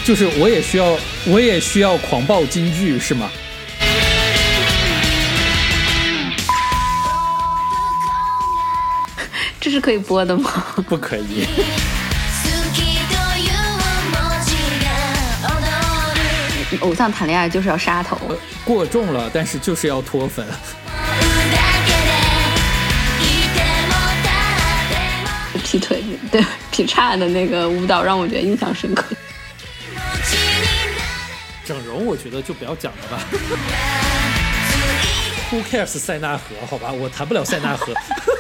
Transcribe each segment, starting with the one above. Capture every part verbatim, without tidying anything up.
就是我也需要我也需要狂暴金句是吗？ 这是可以播的吗？ 不可以。 偶像谈恋爱就是要杀头， 过重了，但是就是要脱粉。 劈腿对劈叉的那个舞蹈让我觉得印象深刻。 整容我觉得就不要讲了吧。Who cares 塞纳河？好吧，我谈不了塞纳河。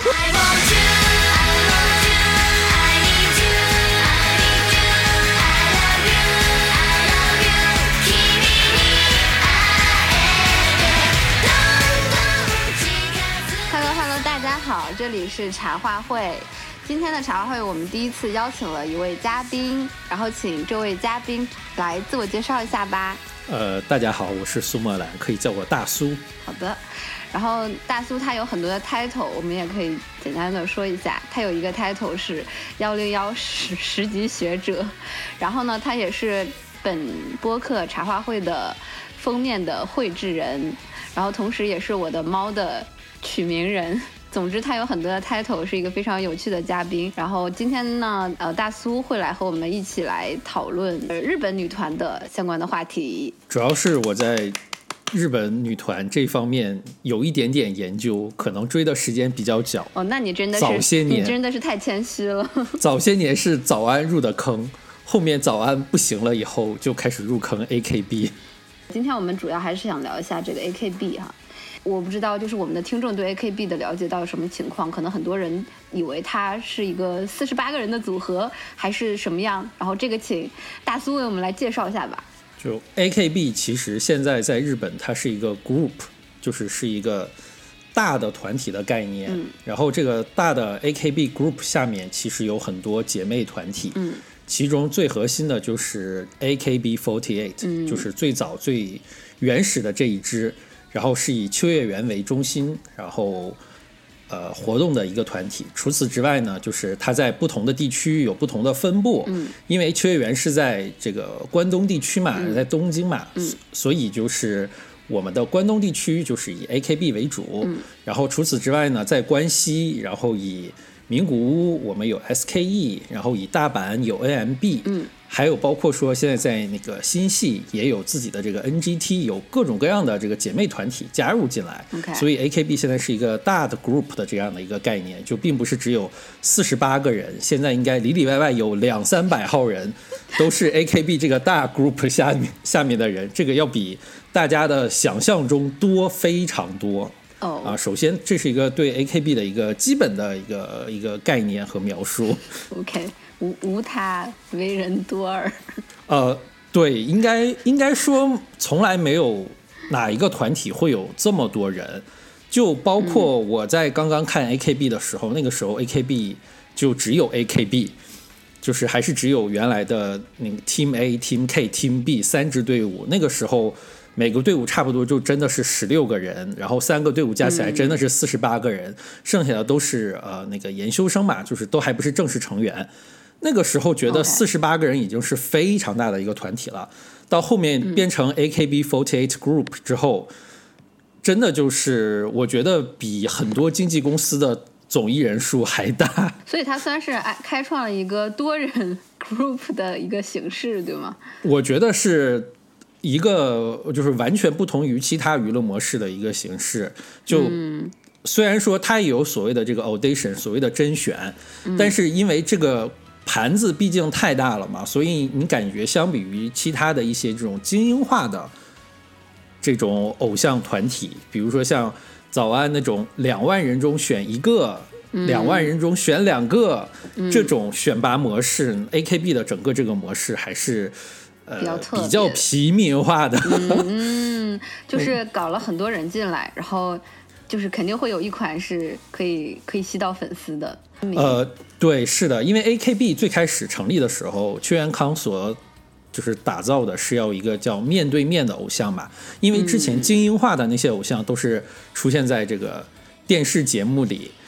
Hello Hello， 大家好，这里是茶话会。今天的茶话会我们第一次邀请了一位嘉宾，然后请这位嘉宾来自我介绍一下吧。 呃，大家好，我是苏墨兰，可以叫我大苏。 好的，然后大苏他有很多的 title， 我们也可以简单的说一下。他有一个 title 是幺零幺十十级学者，然后呢，他也是本播客茶话会的封面的绘制人，然后同时也是我的猫的取名人。总之他有很多的 title， 是一个非常有趣的嘉宾。然后今天呢，呃，大苏会来和我们一起来讨论日本女团的相关的话题。 主要是我在日本女团这方面有一点点研究，可能追的时间比较久。 哦，那你真的是早些年， 你真的是太谦虚了。 早些年是早安入的坑，后面早安不行了以后就开始入坑 A K B。 今天我们主要还是想聊一下这个 A K B 哈。我不知道就是我们的听众对 A K B 的了解到底什么情况，可能很多人以为它是一个四十八个人的组合还是什么样，然后这个请大苏为我们来介绍一下吧。 就 A K B 其实现在在日本它是一个 group， 就是是一个大的团体的概念、嗯、然后这个大的 A K B group 下面其实有很多姐妹团体、嗯、其中最核心的就是 A K B 四十八、嗯、就是最早最原始的这一支，然后是以秋叶原为中心，然后呃活动的一个团体。除此之外呢，就是它在不同的地区有不同的分布、嗯、因为秋叶原是在这个关东地区嘛、嗯、在东京嘛、嗯、所以就是我们的关东地区就是以 A K B 为主、嗯、然后除此之外呢，在关西，然后以名古屋我们有 S K E， 然后以大阪有 N M B、嗯，还有包括说现在在那个新系也有自己的这个 N G T， 有各种各样的这个姐妹团体加入进来、okay. 所以 A K B 现在是一个大的 group 的这样的一个概念，就并不是只有四十八个人，现在应该里里外外有两三百号人都是 A K B 这个大 group 下面下面的人，这个要比大家的想象中多非常多。哦、oh. 啊，首先这是一个对 A K B 的一个基本的一个一个概念和描述。 OK， 无无他，为人多尔。 呃，对，应该应该说从来没有哪一个团体会有这么多人，就包括我在刚刚看 A K B 的时候、嗯、那个时候 A K B 就只有 A K B， 就是还是只有原来的那个 Team A、Team K、Team B 三支队伍，那个时候。每个队伍差不多就真的是十六个人，然后三个队伍加起来真的是四十八个人、嗯、剩下的都是呃那个研修生嘛，就是都还不是正式成员。那个时候觉得四十八个人已经是非常大的一个团体了，到后面变成 A K B 四十八 group 之后、嗯、真的就是我觉得比很多经纪公司的总艺人数还大， 所以它算是开创了一个多人 group 的一个形式，对吗？ 我觉得是一个就是完全不同于其他娱乐模式的一个形式，就、嗯、虽然说它也有所谓的这个 audition 所谓的甄选、嗯、但是因为这个盘子毕竟太大了嘛，所以你感觉相比于其他的一些这种精英化的这种偶像团体，比如说像早安那种两万人中选一个、嗯、两万人中选两个、嗯、这种选拔模式 A K B 的整个这个模式还是呃、 比较特别比较平民化的， 嗯，就是搞了很多人进来，然后就是肯定会有一款是可以可以吸到粉丝的。 呃，对，是的，因为 A K B 最开始成立的时候，邱元康所就是打造的是要一个叫面对面的偶像嘛，因为之前精英化的那些偶像都是出现在这个电视节目里。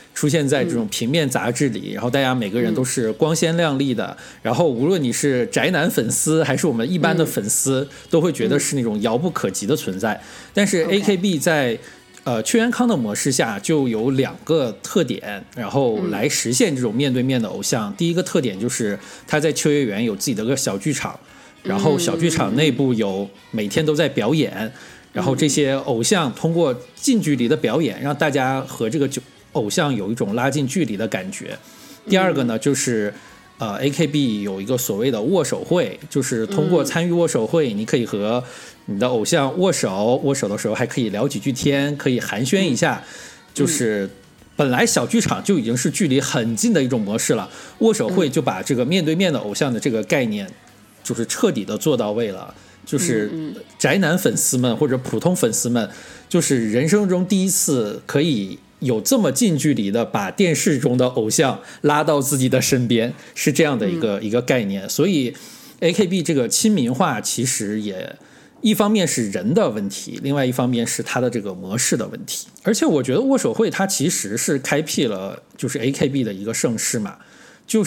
出现在这种平面杂志里，然后大家每个人都是光鲜亮丽的，然后无论你是宅男粉丝还是我们一般的粉丝，都会觉得是那种遥不可及的存在。但是 A K B 在呃邱元康的模式下就有两个特点，然后来实现这种面对面的偶像。第一个特点就是他在秋叶原有自己的个小剧场，然后小剧场内部有每天都在表演，然后这些偶像通过近距离的表演，让大家和这个偶像有一种拉近距离的感觉。第二个呢，就是呃 A K B 有一个所谓的握手会，就是通过参与握手会，你可以和你的偶像握手，握手的时候还可以聊几句天，可以寒暄一下，就是本来小剧场就已经是距离很近的一种模式了，握手会就把这个面对面的偶像的这个概念就是彻底的做到位了。就是宅男粉丝们或者普通粉丝们，就是人生中第一次可以有这么近距离的把电视中的偶像拉到自己的身边，是这样的一个、嗯、一个概念。所以 A K B 这个亲民化其实也一方面是人的问题，另外一方面是它的这个模式的问题。而且我觉得握手会它其实是开辟了就是 A K B 的一个盛世嘛，就是、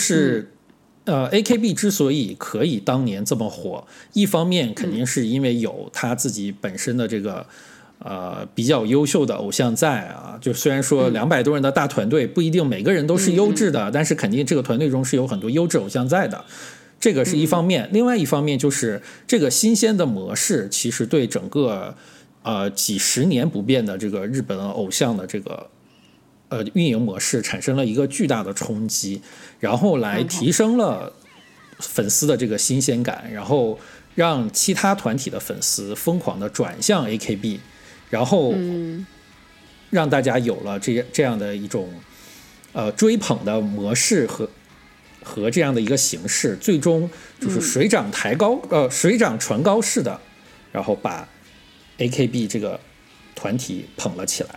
嗯呃 A K B 之所以可以当年这么火，一方面肯定是因为有他自己本身的这个呃比较优秀的偶像在啊，就虽然说两百多人的大团队不一定每个人都是优质的，但是肯定这个团队中是有很多优质偶像在的，这个是一方面。另外一方面就是这个新鲜的模式其实对整个呃几十年不变的这个日本偶像的这个呃，运营模式产生了一个巨大的冲击，然后来提升了粉丝的这个新鲜感，然后让其他团体的粉丝疯狂的转向 A K B， 然后让大家有了这这样的一种呃追捧的模式和和这样的一个形式，最终就是水涨抬高，呃，水涨船高式的，然后把 A K B 这个团体捧了起来。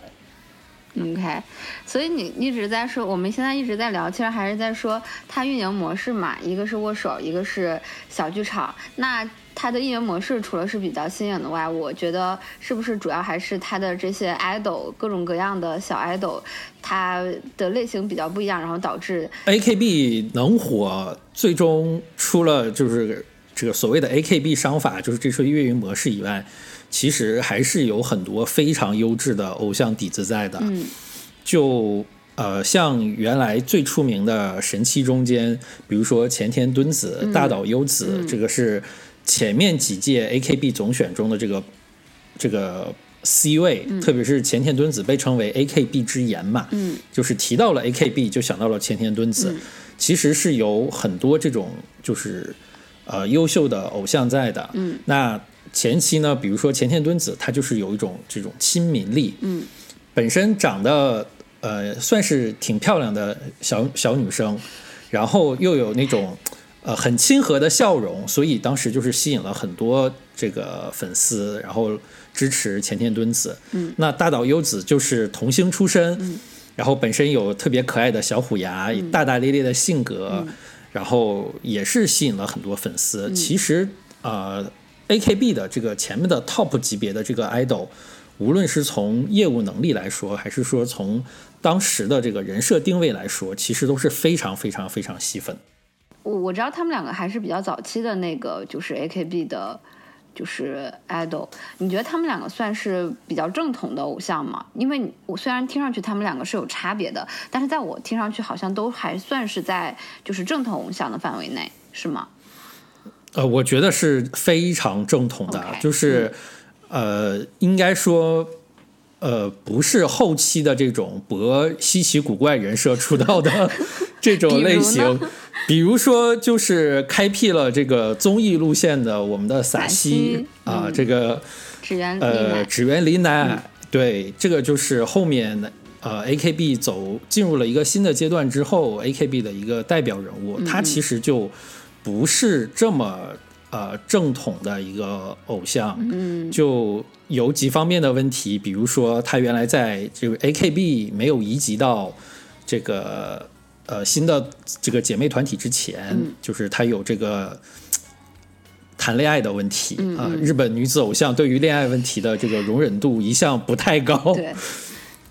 OK， 所以你一直在说，我们现在一直在聊，其实还是在说它运营模式嘛，一个是握手，一个是小剧场。那它的运营模式除了是比较新颖的外，我觉得是不是主要还是它的这些 idol 各种各样的小 idol， 它的类型比较不一样，然后导致 A K B 能火，最终出了就是这个所谓的 A K B 商法，就是这说运营模式以外，其实还是有很多非常优质的偶像底子在的。 嗯， 就呃，像原来最出名的神七中间，比如说前田敦子、嗯、大岛优子、嗯，这个是前面几届 A K B 总选中的这个这个 C 位、嗯，特别是前田敦子被称为 A K B 之眼嘛， 嗯， 就是提到了 A K B 就想到了前田敦子、嗯，其实是有很多这种就是呃优秀的偶像在的。 嗯， 那前期呢，比如说前田敦子，她就是有一种这种亲民力， 嗯，本身长得呃算是挺漂亮的小小女生，然后又有那种呃很亲和的笑容，所以当时就是吸引了很多这个粉丝，然后支持前田敦子。 嗯， 那大岛优子就是童星出身， 嗯， 然后本身有特别可爱的小虎牙，嗯、大大咧咧的性格、嗯，然后也是吸引了很多粉丝。 嗯、 其实呃。A K B 的这个前面的 top 级别的这个 idol， 无论是从业务能力来说，还是说从当时的这个人设定位来说，其实都是非常非常非常吸粉。 我我知道他们两个还是比较早期的那个就是 A K B 的就是 idol， 你觉得他们两个算是比较正统的偶像吗？因为我虽然听上去他们两个是有差别的，但是在我听上去好像都还算是在就是正统偶像的范围内，是吗？ 呃，我觉得是非常正统的， okay, 就是、嗯、呃，应该说，呃，不是后期的这种博稀奇古怪人设出道的这种类型，比, 比如说就是开辟了这个综艺路线的我们的撒西啊、呃嗯，这个指原呃指原莉乃、 嗯， 对，这个就是后面呃 A K B 走进入了一个新的阶段之后 ，A K B 的一个代表人物，他、嗯、其实就。不是这么呃正统的一个偶像， 嗯， 就有几方面的问题，比如说他原来在这个 A K B 没有移籍到这个呃新的这个姐妹团体之前， 嗯、 就是他有这个谈恋爱的问题啊、 嗯嗯呃。日本女子偶像对于恋爱问题的这个容忍度一向不太高， 对。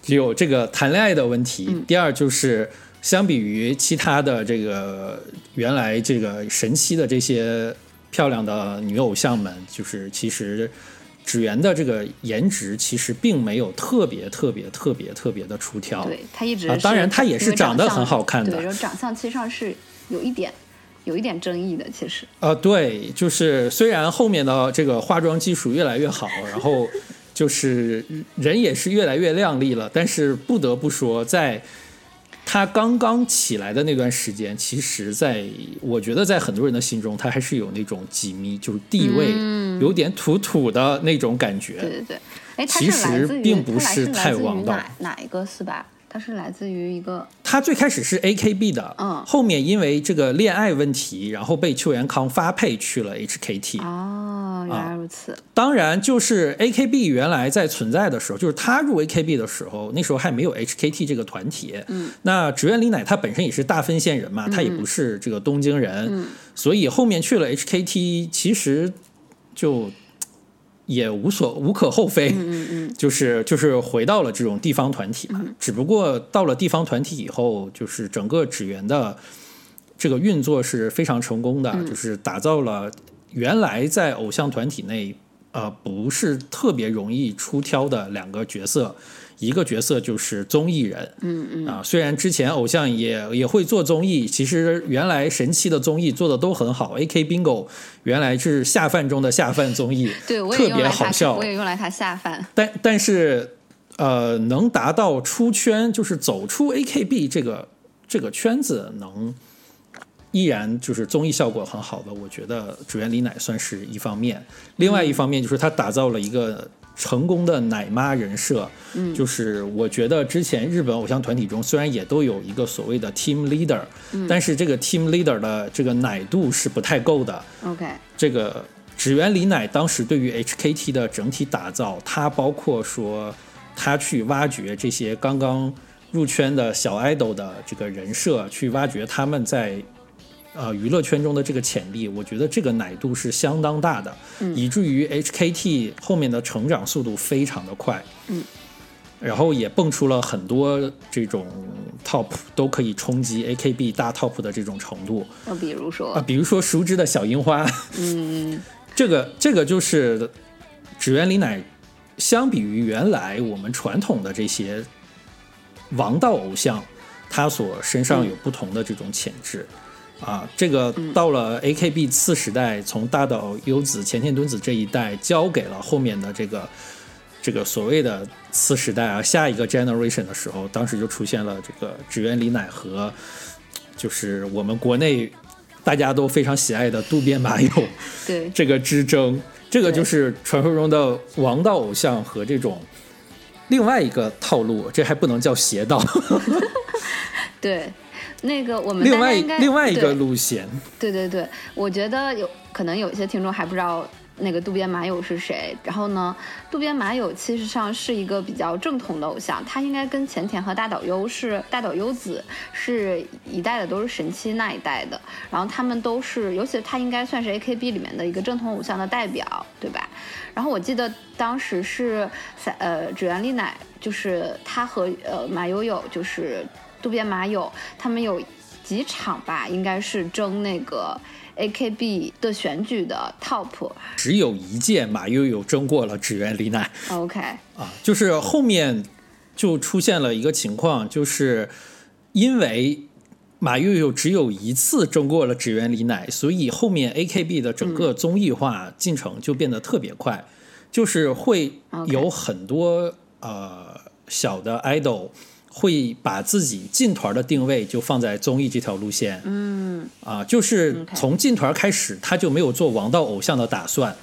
有这个谈恋爱的问题， 嗯、 第二就是相比于其他的这个原来这个神七的这些漂亮的女偶像们，就是其实指原的这个颜值其实并没有特别特别特别特别的出挑。 对，她一直、 啊、当然她也是长得很好看的， 对，长相其实上是有一点有一点争议的，其实。 呃，对，就是虽然后面的这个化妆技术越来越好，然后就是人也是越来越靓丽了，但是不得不说，在他刚刚起来的那段时间，其实在我觉得在很多人的心中，他还是有那种几米，就是地位、嗯、有点土土的那种感觉。 对对对，哎， 其实并不是太王道。 哪哪一个是吧？它是来自于一个， 他最开始是 A K B 的， 嗯， 后面因为这个恋爱问题，然后被邱元康发配去了 H K T。 哦，原来如此。 啊、当然，就是 A K B 原来在存在的时候，就是他入 A K B 的时候，那时候还没有 H K T 这个团体。 嗯， 那植原里乃他本身也是大分县人嘛，他也不是这个东京人， 嗯， 所以后面去了 H K T， 其实就也无所无可厚非， 嗯嗯嗯， 就是就是回到了这种地方团体嘛、嗯。只不过到了地方团体以后，就是整个指原的这个运作是非常成功的， 嗯、 就是打造了原来在偶像团体内呃不是特别容易出挑的两个角色。一个角色就是综艺人， 嗯嗯啊，虽然之前偶像也也会做综艺，其实原来神七的综艺做的都很好 ，A K Bingo 原来是下饭中的下饭综艺， 对，我也特别好笑， 我也用来它下饭。 但但是呃，能达到出圈，就是走出 A K B 这个这个圈子，能依然就是综艺效果很好的，我觉得指原里乃算是一方面，另外一方面就是他打造了一个成功的奶妈人设， 嗯， 就是我觉得之前日本偶像团体中虽然也都有一个所谓的 team leader， 嗯， 但是这个 team leader 的这个奶度是不太够的。 OK， 这个指原里乃当时对于 H K T 的整体打造，他包括说他去挖掘这些刚刚入圈的小 idol 的这个人设，去挖掘他们在呃，娱乐圈中的这个潜力，我觉得这个奶度是相当大的， 嗯， 以至于 H K T 后面的成长速度非常的快， 嗯， 然后也蹦出了很多这种 top 都可以冲击 A K B 大 top 的这种程度。 那比如说啊，比如说熟知的小樱花， 嗯， 这个这个就是指原里乃，相比于原来我们传统的这些王道偶像，他所身上有不同的这种潜质。嗯啊，这个到了 A K B 次时代，从大岛优子、前田敦子这一代交给了后面的这个这个所谓的次时代啊，下一个 generation 的时候，当时就出现了这个指原里乃和就是我们国内大家都非常喜爱的渡边麻友对这个之争，这个就是传说中的王道偶像和这种另外一个套路，这还不能叫邪道对。那个我们另外应该另外一个路线， 对对对，我觉得有可能有一些听众还不知道那个渡边麻友是谁。然后呢，渡边麻友其实上是一个比较正统的偶像，他应该跟前田和大岛优是大岛优子是一代的，都是神七那一代的。然后他们都是，尤其他应该算是 A K B 里面的一个正统偶像的代表，对吧？然后我记得当时是呃指原里乃，就是他和呃马友友就是。渡边麻友他们有几场吧，应该是争那个 A K B 的选举的 top， 只有一届马友友争过了指原里乃。 OK 啊，就是后面就出现了一个情况，就是因为马友友只有一次争过了指原里乃，所以后面 A K B 的整个综艺化进程就变得特别快，嗯、就是会有很多、okay. 呃小的 idol会把自己进团的定位就放在综艺这条路线， 嗯啊，就是从进团开始，他就没有做王道偶像的打算，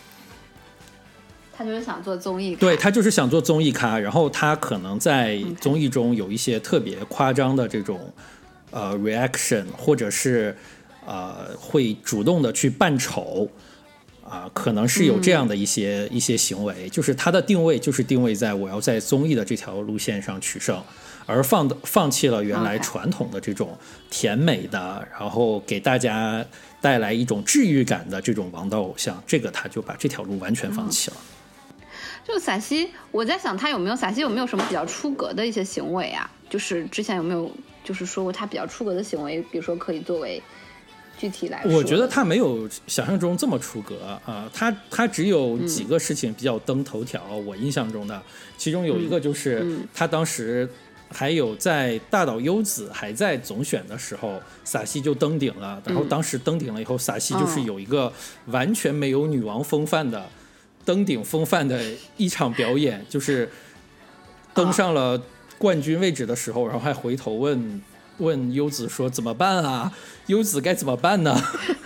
他就是想做综艺咖， 对，他就是想做综艺咖，然后他可能在综艺中有一些特别夸张的这种呃 reaction， 或者是呃会主动的去扮丑。啊，可能是有这样的一些、嗯、一些行为，就是他的定位就是定位在我要在综艺的这条路线上取胜，而放放弃了原来传统的这种甜美的， okay. 然后给大家带来一种治愈感的这种王道偶像，这个他就把这条路完全放弃了。 嗯、 就撒西，我在想他有没有撒西有没有什么比较出格的一些行为啊？就是之前有没有就是说过他比较出格的行为，比如说可以作为具体来说？ 我觉得他没有想象中这么出格啊、呃，他他只有几个事情比较登头条，嗯、我印象中的，其中有一个就是、嗯、他当时还有在大岛优子还在总选的时候，撒西就登顶了，然后当时登顶了以后，撒西就是有一个完全没有女王风范的。登顶风范的一场表演，就是登上了冠军位置的时候，然后还回头问问优子说怎么办啊？优子该怎么办呢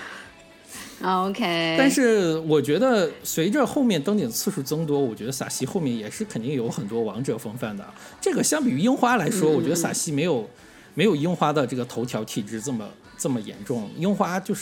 ？OK。 但是我觉得随着后面登顶次数增多，我觉得撒西后面也是肯定有很多王者风范的。这个相比于樱花来说，嗯、我觉得撒西没有没有樱花的这个头条体质这么这么严重。樱花就是。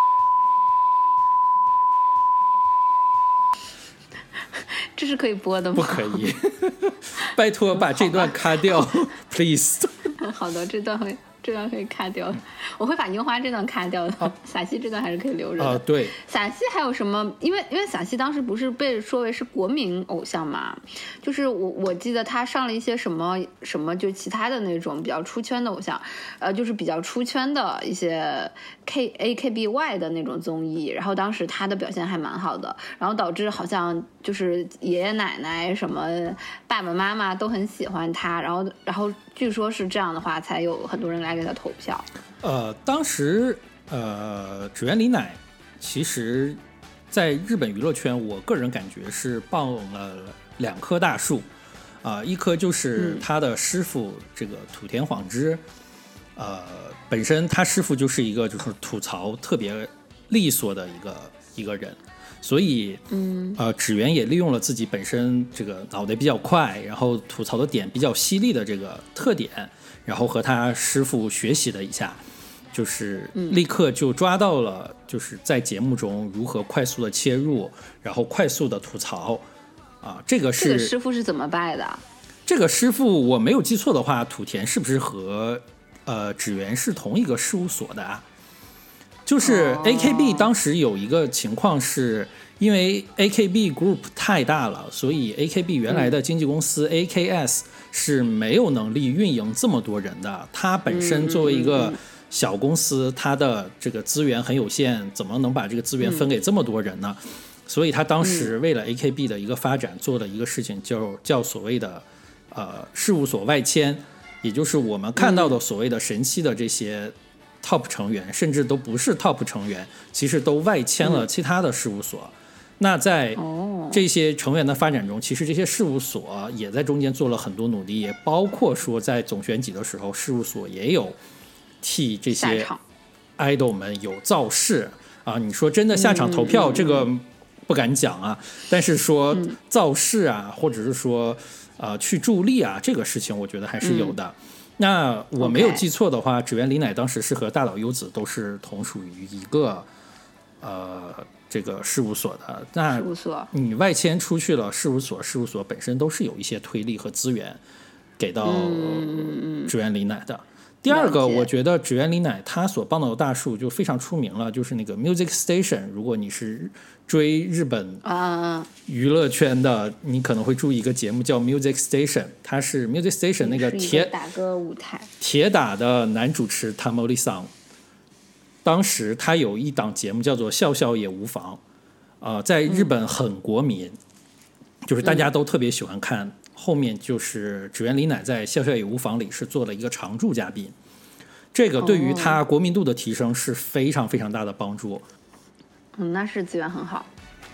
这是可以播的吗？ 不可以，拜托把这段卡掉，please。 好的，这段会这段可以卡掉，我会把樱花这段卡掉的。啊、撒西这段还是可以留着的。 啊，对。 撒西还有什么？因为因为撒西当时不是被说为是国民偶像嘛，就是我我记得他上了一些什么什么，就其他的那种比较出圈的偶像，呃，就是比较出圈的一些 K A K B Y 的那种综艺，然后当时他的表现还蛮好的，然后导致好像就是爷爷奶奶什么爸爸妈妈都很喜欢他，然后然后据说是这样的话，才有很多人来给他投票。 呃，当时呃，指原里乃其实在日本娱乐圈，我个人感觉是傍了两棵大树啊、呃，一棵就是他的师傅这个土田晃之，呃，本身他师傅就是一个就是吐槽特别利索的一个一个人，所以嗯呃，指原也利用了自己本身这个脑袋比较快，然后吐槽的点比较犀利的这个特点，然后和他师傅学习了一下。就是立刻就抓到了，就是在节目中如何快速的切入，然后快速的吐槽，啊，这个是这个师傅是怎么拜的？ 这个师傅我没有记错的话，土田是不是和呃指原是同一个事务所的啊？就是 A K B 当时有一个情况是，因为 A K B Group 太大了，所以 A K B 原来的经纪公司 A K S 是没有能力运营这么多人的，它本身作为一个小公司，它的这个资源很有限，怎么能把这个资源分给这么多人呢？嗯、所以他当时为了 A K B 的一个发展，做了一个事情，叫叫所谓的呃事务所外迁，也就是我们看到的所谓的神七的这些 top 成员，嗯、甚至都不是 top 成员，其实都外迁了其他的事务所。嗯、那在这些成员的发展中，其实这些事务所也在中间做了很多努力，也包括说在总选举的时候，事务所也有替这些 idol 们有造势啊，你说真的下场投票、嗯、这个不敢讲啊，但是说造势啊，或者是说呃去助力啊，这个事情我觉得还是有的。嗯、那我没有记错的话，指原里乃当时是和大岛优子都是同属于一个呃这个事务所的。那你外迁出去了，事务所事务所本身都是有一些推力和资源给到指原里乃的。第二个，我觉得指原里乃他所傍到的大树就非常出名了，就是那个 Music Station。如果你是追日本娱乐圈的，你可能会注意一个节目叫 Music Station， 它是 Music Station 那个铁打歌舞台铁打的男主持 Tamori桑。当时他有一档节目叫做《笑笑也无妨》，呃，在日本很国民，嗯、就是大家都特别喜欢看。后面就是指原里乃在《笑笑也无妨》里是做了一个常驻嘉宾，这个对于他国民度的提升是非常非常大的帮助。 嗯，那是资源很好。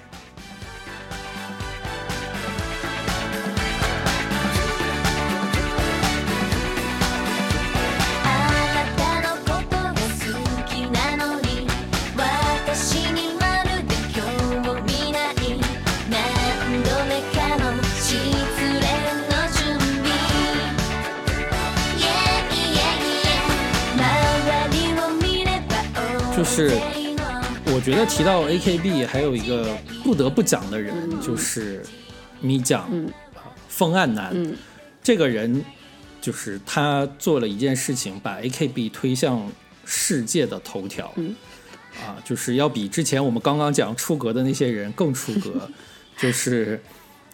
就是我觉得提到 A K B 还有一个不得不讲的人，嗯、就是咪酱、嗯、风岸南、嗯、这个人，就是他做了一件事情，把 A K B 推向世界的头条、嗯、啊，就是要比之前我们刚刚讲出格的那些人更出格。就是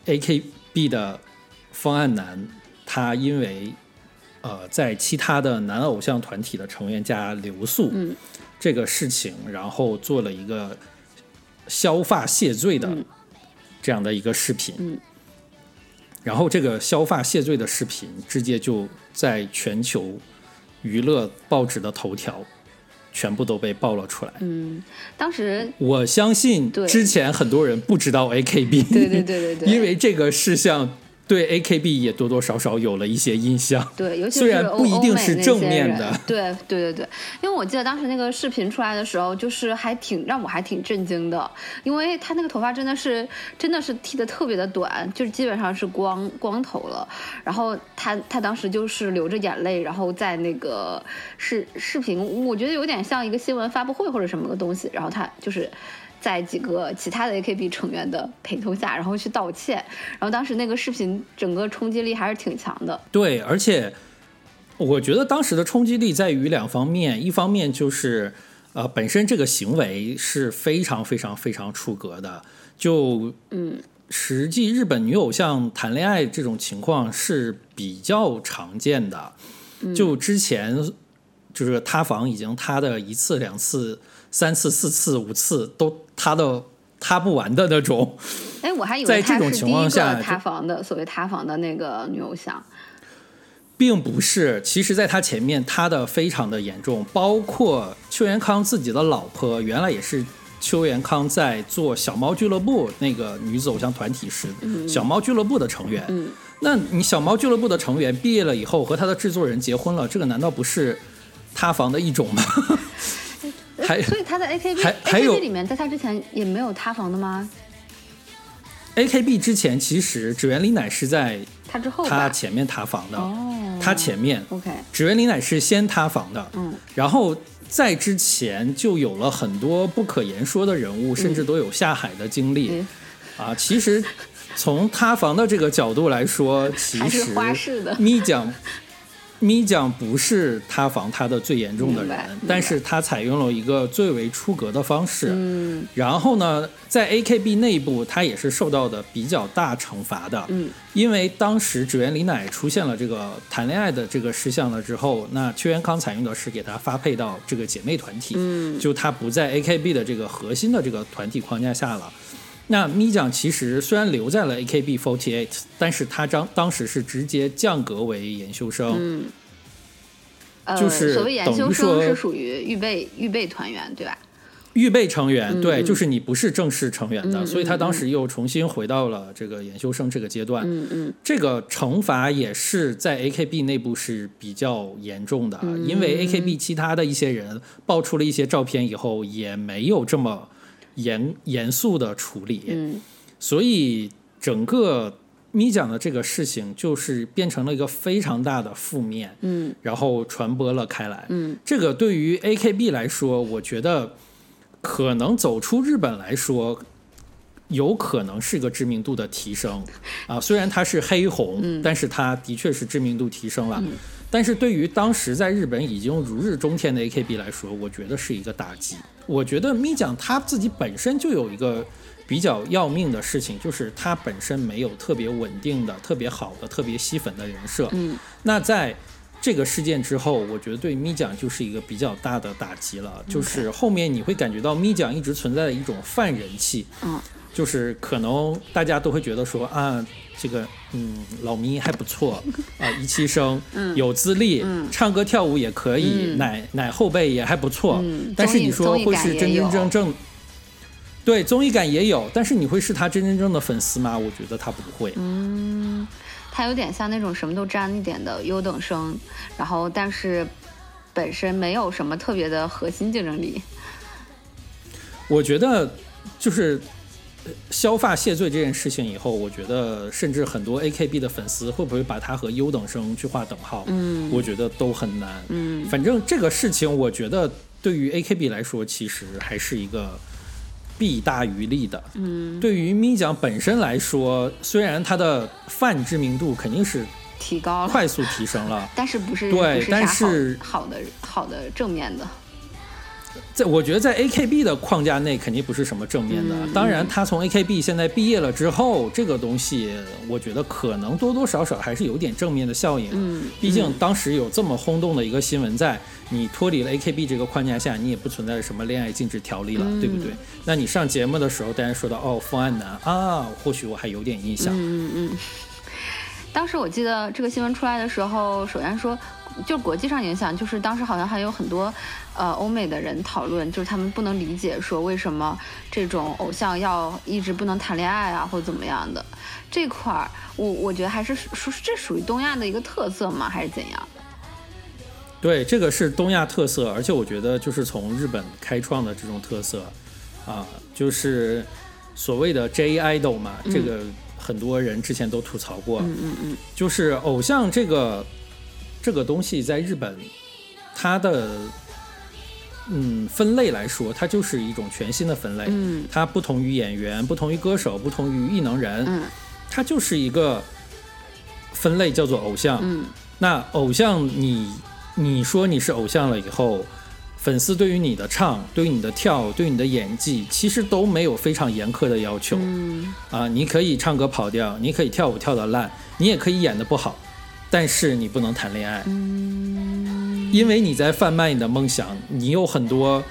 A K B 的方案男他因为呃在其他的男偶像团体的成员家留宿、 嗯、 这个事情，然后做了一个削发谢罪的这样的一个视频、 嗯、 然后这个削发谢罪的视频直接就在全球娱乐报纸的头条全部都被爆了出来。 嗯，当时我相信之前很多人不知道 A K B， 对对对对对， 因为这个事项对 A K B 也多多少少有了一些印象。 对，尤其是虽然不一定是正面的。 对对对对，因为我记得当时那个视频出来的时候，就是还挺让我还挺震惊的，因为他那个头发真的是真的是剃得特别的短，就是基本上是光光头了。然后他他当时就是流着眼泪，然后在那个视视频，我觉得有点像一个新闻发布会或者什么个东西，然后他就是在几个其他的 A K B 成员的陪同下，然后去道歉。然后当时那个视频整个冲击力还是挺强的。 对，而且我觉得当时的冲击力在于两方面，一方面就是呃本身这个行为是非常非常非常出格的，就嗯， 实际日本女偶像谈恋爱这种情况是比较常见的。 嗯、 就之前就是塌房已经塌的一次两次三次四次五次都塌的塌不完的那种。 哎，我还以为在这种情况下塌房的所谓塌房的那个女偶像， 并不是。其实在他前面塌的非常的严重，包括邱元康自己的老婆原来也是邱元康在做小猫俱乐部那个女子偶像团体时、嗯、小猫俱乐部的成员、 嗯、 那你小猫俱乐部的成员毕业了以后和他的制作人结婚了，这个难道不是塌房的一种吗？还所以他在 A K B A K B 里面在他之前也没有塌房的吗？ A K B 之前其实指原里乃是在他之后他前面塌房的。 哦， 他前面 OK 指原里乃是先塌房的。 嗯， 然后在之前就有了很多不可言说的人物、嗯、甚至都有下海的经历、嗯、啊，其实从塌房的这个角度来说其实咪酱咪酱不是塌房塌的最严重的人，但是他采用了一个最为出格的方式、 嗯、 然后呢在 A K B 内部他也是受到的比较大惩罚的、 嗯、 因为当时指原里乃出现了这个谈恋爱的这个事项了之后，那邱元康采用的是给他发配到这个姐妹团体、 嗯、 就他不在 A K B 的这个核心的这个团体框架下了。那咪酱其实虽然留在了 A K B 四十八， 但是他当当时是直接降格为研修生。 嗯，呃、 就是所谓研修生是属于预备预备团员对吧？ 预备成员、 嗯、 对，就是你不是正式成员的、 嗯、 所以他当时又重新回到了这个研修生这个阶段。 嗯嗯， 这个惩罚也是在 A K B 内部是比较严重的、 嗯、 因为 A K B 其他的一些人爆出了一些照片以后也没有这么严严肃的处理、 嗯、 所以整个咪酱的这个事情就是变成了一个非常大的负面， 嗯， 然后传播了开来。 嗯， 这个对于 A K B 来说，我觉得可能走出日本来说，有可能是个知名度的提升啊。虽然它是黑红、嗯，但是它的确是知名度提升了。 嗯、 但是对于当时在日本已经如日中天的 A K B 来说，我觉得是一个打击。我觉得咪酱他自己本身就有一个比较要命的事情，就是他本身没有特别稳定的、特别好的、特别吸粉的人设。 嗯， 那在这个事件之后，我觉得对咪酱就是一个比较大的打击了。就是后面你会感觉到咪酱一直存在的一种泛人气。 嗯， 就是可能大家都会觉得说啊，这个嗯老咪还不错啊，一期生、 嗯、 有资历、 嗯， 唱歌跳舞也可以， 嗯、 奶奶后辈也还不错。 嗯、 但是你说会是真真正正。对，综艺感也有，但是你会是他真真正的粉丝吗？我觉得他不会。 嗯，他有点像那种什么都沾一点的优等生，然后但是本身没有什么特别的核心竞争力。 我觉得就是削发谢罪这件事情以后，我觉得甚至很多 A K B 的粉丝会不会把他和优等生去划等号？ 嗯， 我觉得都很难。 嗯， 反正这个事情，我觉得对于 A K B 来说，其实还是一个弊大于利的。 嗯， 对于咪酱本身来说，虽然它的泛知名度肯定是提高了， 快速提升了， 但是不是对， 不是但是好的好的正面的。 在我觉得在 A K B 的框架内肯定不是什么正面的、嗯、当然他从 A K B 现在毕业了之后，这个东西我觉得可能多多少少还是有点正面的效应、 嗯、 毕竟当时有这么轰动的一个新闻在，你脱离了 A K B 这个框架下，你也不存在什么恋爱禁止条例了、嗯、对不对？那你上节目的时候大家说到哦风暗男啊，或许我还有点印象。 嗯嗯，当时我记得这个新闻出来的时候，首先说就国际上影响，就是当时好像还有很多呃欧美的人讨论，就是他们不能理解说为什么这种偶像要一直不能谈恋爱啊，或怎么样的。这块儿我我觉得还是属这属于东亚的一个特色吗？还是怎样？ 对，这个是东亚特色，而且我觉得就是从日本开创的这种特色啊，就是所谓的 J idol 嘛、嗯、这个很多人之前都吐槽过， 嗯嗯嗯， 就是偶像这个这个东西在日本它的嗯分类来说，它就是一种全新的分类、 嗯、 它不同于演员，不同于歌手，不同于艺能人、 嗯、 它就是一个分类叫做偶像、 嗯、 那偶像你你说你是偶像了以后，粉丝对于你的唱，对于你的跳，对于你的演技其实都没有非常严苛的要求、 嗯、 啊，你可以唱歌跑调，你可以跳舞跳得烂，你也可以演得不好，但是你不能谈恋爱、 嗯、 因为你在贩卖你的梦想，你有很多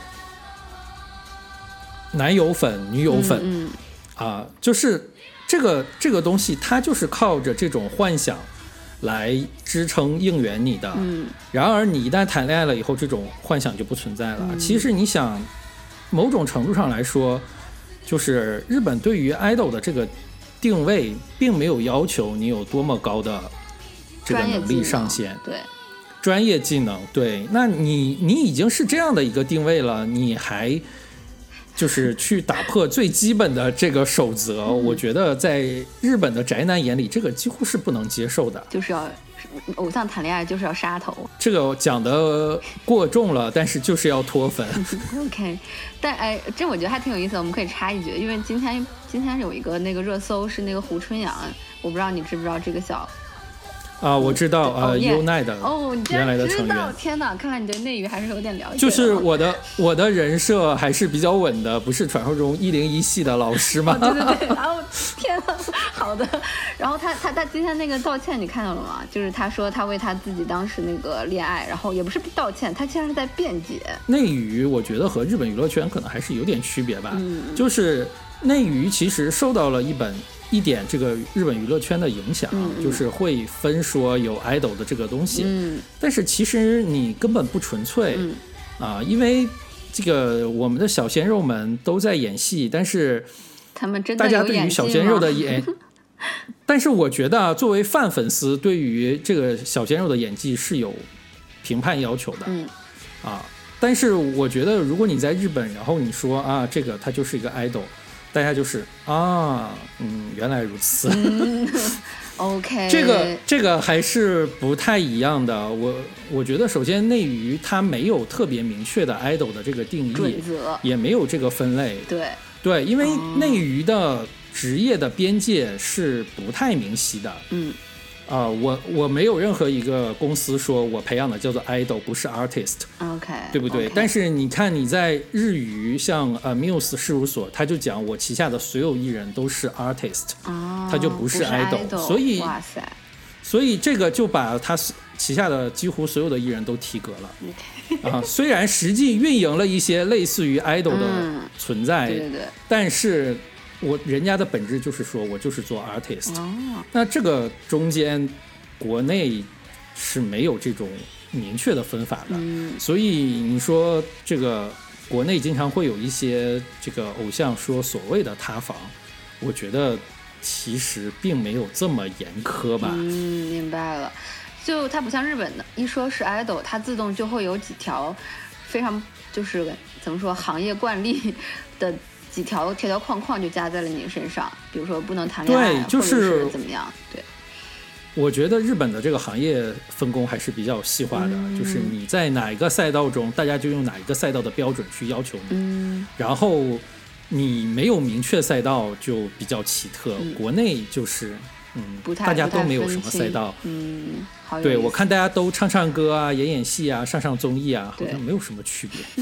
男友粉女友粉、 嗯嗯、啊，就是这个这个东西它就是靠着这种幻想来支撑应援你的、 嗯、 然而你一旦谈恋爱了以后，这种幻想就不存在了、 嗯、 其实你想某种程度上来说，就是日本对于 idol 的这个定位并没有要求你有多么高的这个能力上限， 对， 专业技能，对，那你你已经是这样的一个定位了，你还就是去打破最基本的这个守则、嗯、我觉得在日本的宅男眼里，这个几乎是不能接受的， 就是要偶像谈恋爱就是要杀头， 这个讲的过重了，但是就是要脱粉 OK， 但哎，这我觉得还挺有意思的，我们可以插一句，因为今天今天有一个那个热搜是那个胡春阳，我不知道你知不知道这个小啊，我知道，呃 ，Unite 的哦， 原来的成员。 天哪，看来你对内娱还是有点了解。 就是我的我的人设还是比较稳的，不是传说中一零一系的老师吗？ 哦、对对对，然后天哪，好的。然后他他他今天那个道歉你看到了吗？就是他说他为他自己当时那个恋爱，然后也不是道歉，他其实是在辩解。 内娱我觉得和日本娱乐圈可能还是有点区别吧， 嗯、 就是内娱其实受到了一本。一点这个日本娱乐圈的影响、 嗯、 就是会分说有 idol 的这个东西、 嗯、 但是其实你根本不纯粹、 嗯、 啊，因为这个我们的小鲜肉们都在演戏，但是他们真的大家对于小鲜肉的演但是我觉得作为泛粉丝对于这个小鲜肉的演技是有评判要求的、 嗯、 啊，但是我觉得如果你在日本，然后你说啊这个他就是一个 idol，大家就是啊，嗯，原来如此。 嗯、OK， 这个这个还是不太一样的。我我觉得，首先内娱它没有特别明确的 idol 的这个定义， 准则也没有这个分类。 对对，因为内娱的职业的边界是不太明晰的。 嗯。 啊、呃，我我没有任何一个公司说我培养的叫做 idol， 不是 artist，OK，、 okay, 对不对？ okay. 但是你看你在日娱，像呃 Muse 事务所，他就讲我旗下的所有艺人都是 artist，、 哦、 他就不是 idol，, 是 idol 所以哇塞， 所以这个就把他旗下的几乎所有的艺人都提格了。 Okay. 啊，虽然实际运营了一些类似于 idol 的存在， 嗯、对对对， 但是。我人家的本质就是说我就是做 artist、 哦、 那这个中间国内是没有这种明确的分法的、 嗯、 所以你说这个国内经常会有一些这个偶像说所谓的塌房，我觉得其实并没有这么严苛吧。 嗯，明白了，就它不像日本的一说是 idol， 它自动就会有几条非常就是怎么说行业惯例的几条条条框框就加在了你身上，比如说不能谈恋爱， 对，就是、 或者是怎么样。对， 我觉得日本的这个行业分工还是比较细化的、嗯、就是你在哪一个赛道中，大家就用哪一个赛道的标准去要求你、 嗯、 然后你没有明确赛道就比较奇特、 嗯、 国内就是嗯， 不太大家都没有什么赛道。 嗯，好有意思。 对，我看大家都唱唱歌啊，演演戏啊，上上综艺啊，好像没有什么区别。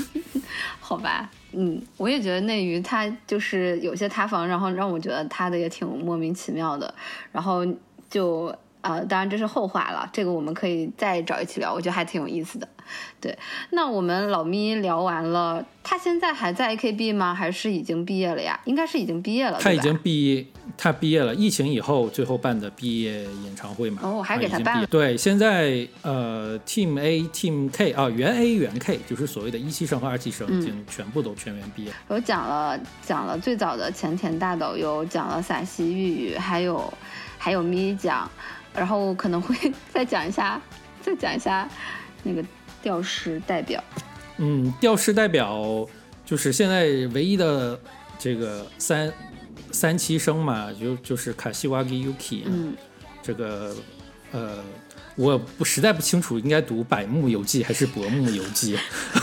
好吧，嗯，我也觉得内娱他就是有些塌房，然后让我觉得他的也挺莫名其妙的，然后就呃，当然这是后话了，这个我们可以再找一期聊，我觉得还挺有意思的。对，那我们老咪聊完了，他现在还在 A K B 吗？还是已经毕业了呀？应该是已经毕业了， 他已经毕业，他毕业了，疫情以后最后办的毕业演唱会嘛。 哦，还给他办了。 对，现在呃 Team A、Team K 啊，原 A 原 K 就是所谓的一期生和二期生，已经全部都全员毕业。 有讲了讲了最早的前田大岛优，讲了撒西玉玉，还有还有咪酱，然后可能会再讲一下，再讲一下那个吊师代表。 嗯，吊师代表就是现在唯一的这个三三期生嘛，就就是卡西瓦吉 Yuki。 嗯， 这个呃，我不实在不清楚应该读百目游记还是薄目游记，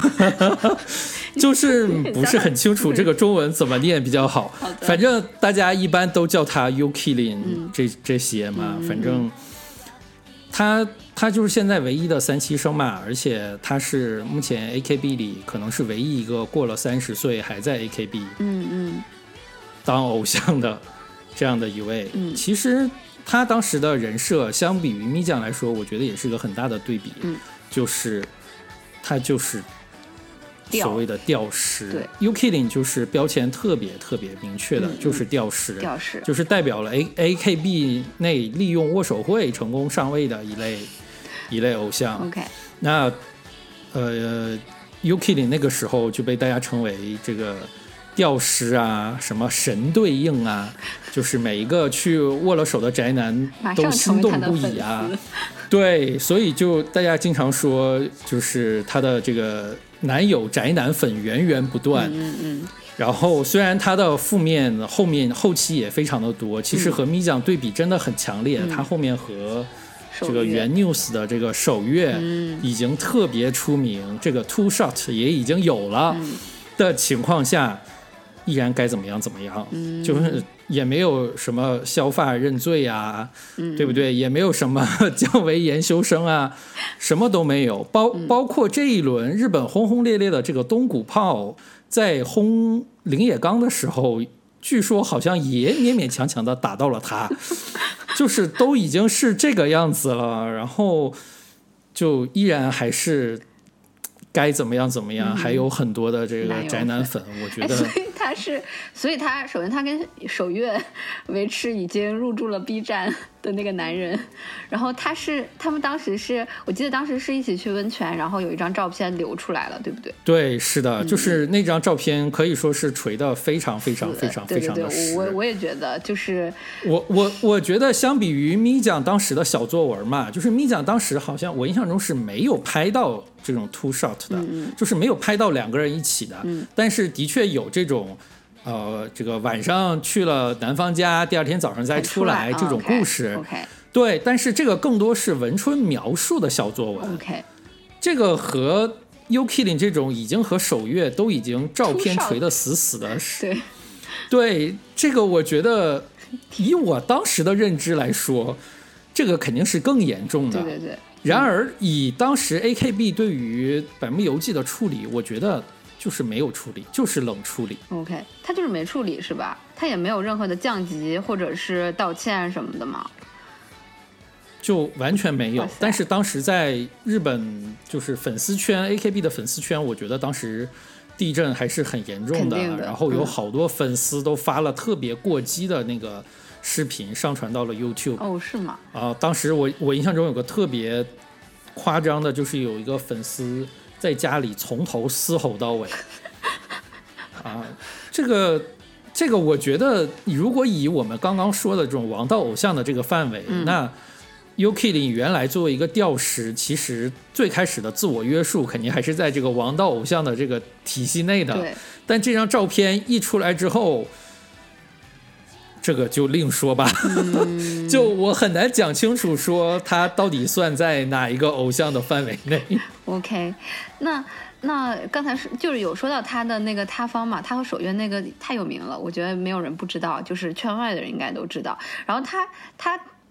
就是不是很清楚这个中文怎么念比较好。反正大家一般都叫他 Yukilin 这、嗯、这些嘛， 嗯、 反正他他就是现在唯一的三期生嘛，而且他是目前 A K B 里可能是唯一一个过了三十岁还在 A K B 嗯嗯当偶像的这样的一位。 嗯， 其实他当时的人设相比于咪酱来说，我觉得也是个很大的对比。 嗯， 就是他就是所谓的吊师， 对 Yukilin 就是标签特别特别明确的，嗯、就是吊师， 吊师就是代表了 A A K B 内利用握手会成功上位的一类一类偶像。 OK， 那呃 Yukilin 那个时候就被大家称为这个吊师啊，什么神对应啊，就是每一个去握了手的宅男都心动不已啊。对，所以就大家经常说，就是他的这个男友宅男粉源源不断。 嗯嗯。 然后虽然他的负面后面后期也非常的多，其实和咪酱对比真的很强烈。嗯、他后面和这个原 news 的这个首月已经特别出名，嗯、这个 two shot 也已经有了的情况下。依然该怎么样怎么样， 嗯、 就是也没有什么削发认罪啊， 嗯、 对不对？也没有什么降为研修生啊，什么都没有。包包括这一轮日本轰轰烈烈的这个东谷炮在轰铃野刚的时候，据说好像也勉勉强强的打到了他，就是都已经是这个样子了，然后就依然还是。该怎么样怎么样、嗯、还有很多的这个宅男粉，我觉得、 哎、所以他是所以他首先他跟首月维持已经入驻了 B 站的那个男人，然后他是他们当时是我记得当时是一起去温泉，然后有一张照片流出来了，对不对？ 对，是的、嗯、就是那张照片可以说是锤得非常非常非常非常的实。 我我也觉得就是我我我觉得相比于咪酱当时的小作文嘛，就是咪酱当时好像我印象中是没有拍到这种 two shot 的、 嗯、 就是没有拍到两个人一起的、 嗯、 但是的确有这种呃，这个晚上去了男方家，第二天早上再出来这种故事、 哦、okay, okay. 对，但是这个更多是文春描述的小作文、 okay. 这个和 Yukilin 这种已经和首月都已经照片锤得死死的对对，这个我觉得以我当时的认知来说，这个肯定是更严重的。 对对对。 然而以当时 A K B 对于百目游记的处理，我觉得就是没有处理，就是冷处理。 OK， 他就是没处理是吧？他也没有任何的降级或者是道歉什么的吗？ 就完全没有。但是当时在日本就是粉丝圈 A K B 的粉丝圈，我觉得当时地震还是很严重 的, 的然后有好多粉丝都发了特别过激的那个视频上传到了 YouTube。 哦，是吗？ 啊，当时我我印象中有个特别夸张的，就是有一个粉丝在家里从头嘶吼到尾啊，这个这个我觉得如果以我们刚刚说的这种王道偶像的这个范围、嗯、那 Yukilin 原来作为一个吊师，其实最开始的自我约束肯定还是在这个王道偶像的这个体系内的。 对， 但这张照片一出来之后，这个就另说吧、嗯、就我很难讲清楚说他到底算在哪一个偶像的范围内。 OK， 那那刚才是就是有说到他的那个塌方嘛，他和首月那个太有名了，我觉得没有人不知道，就是圈外的人应该都知道。然后他他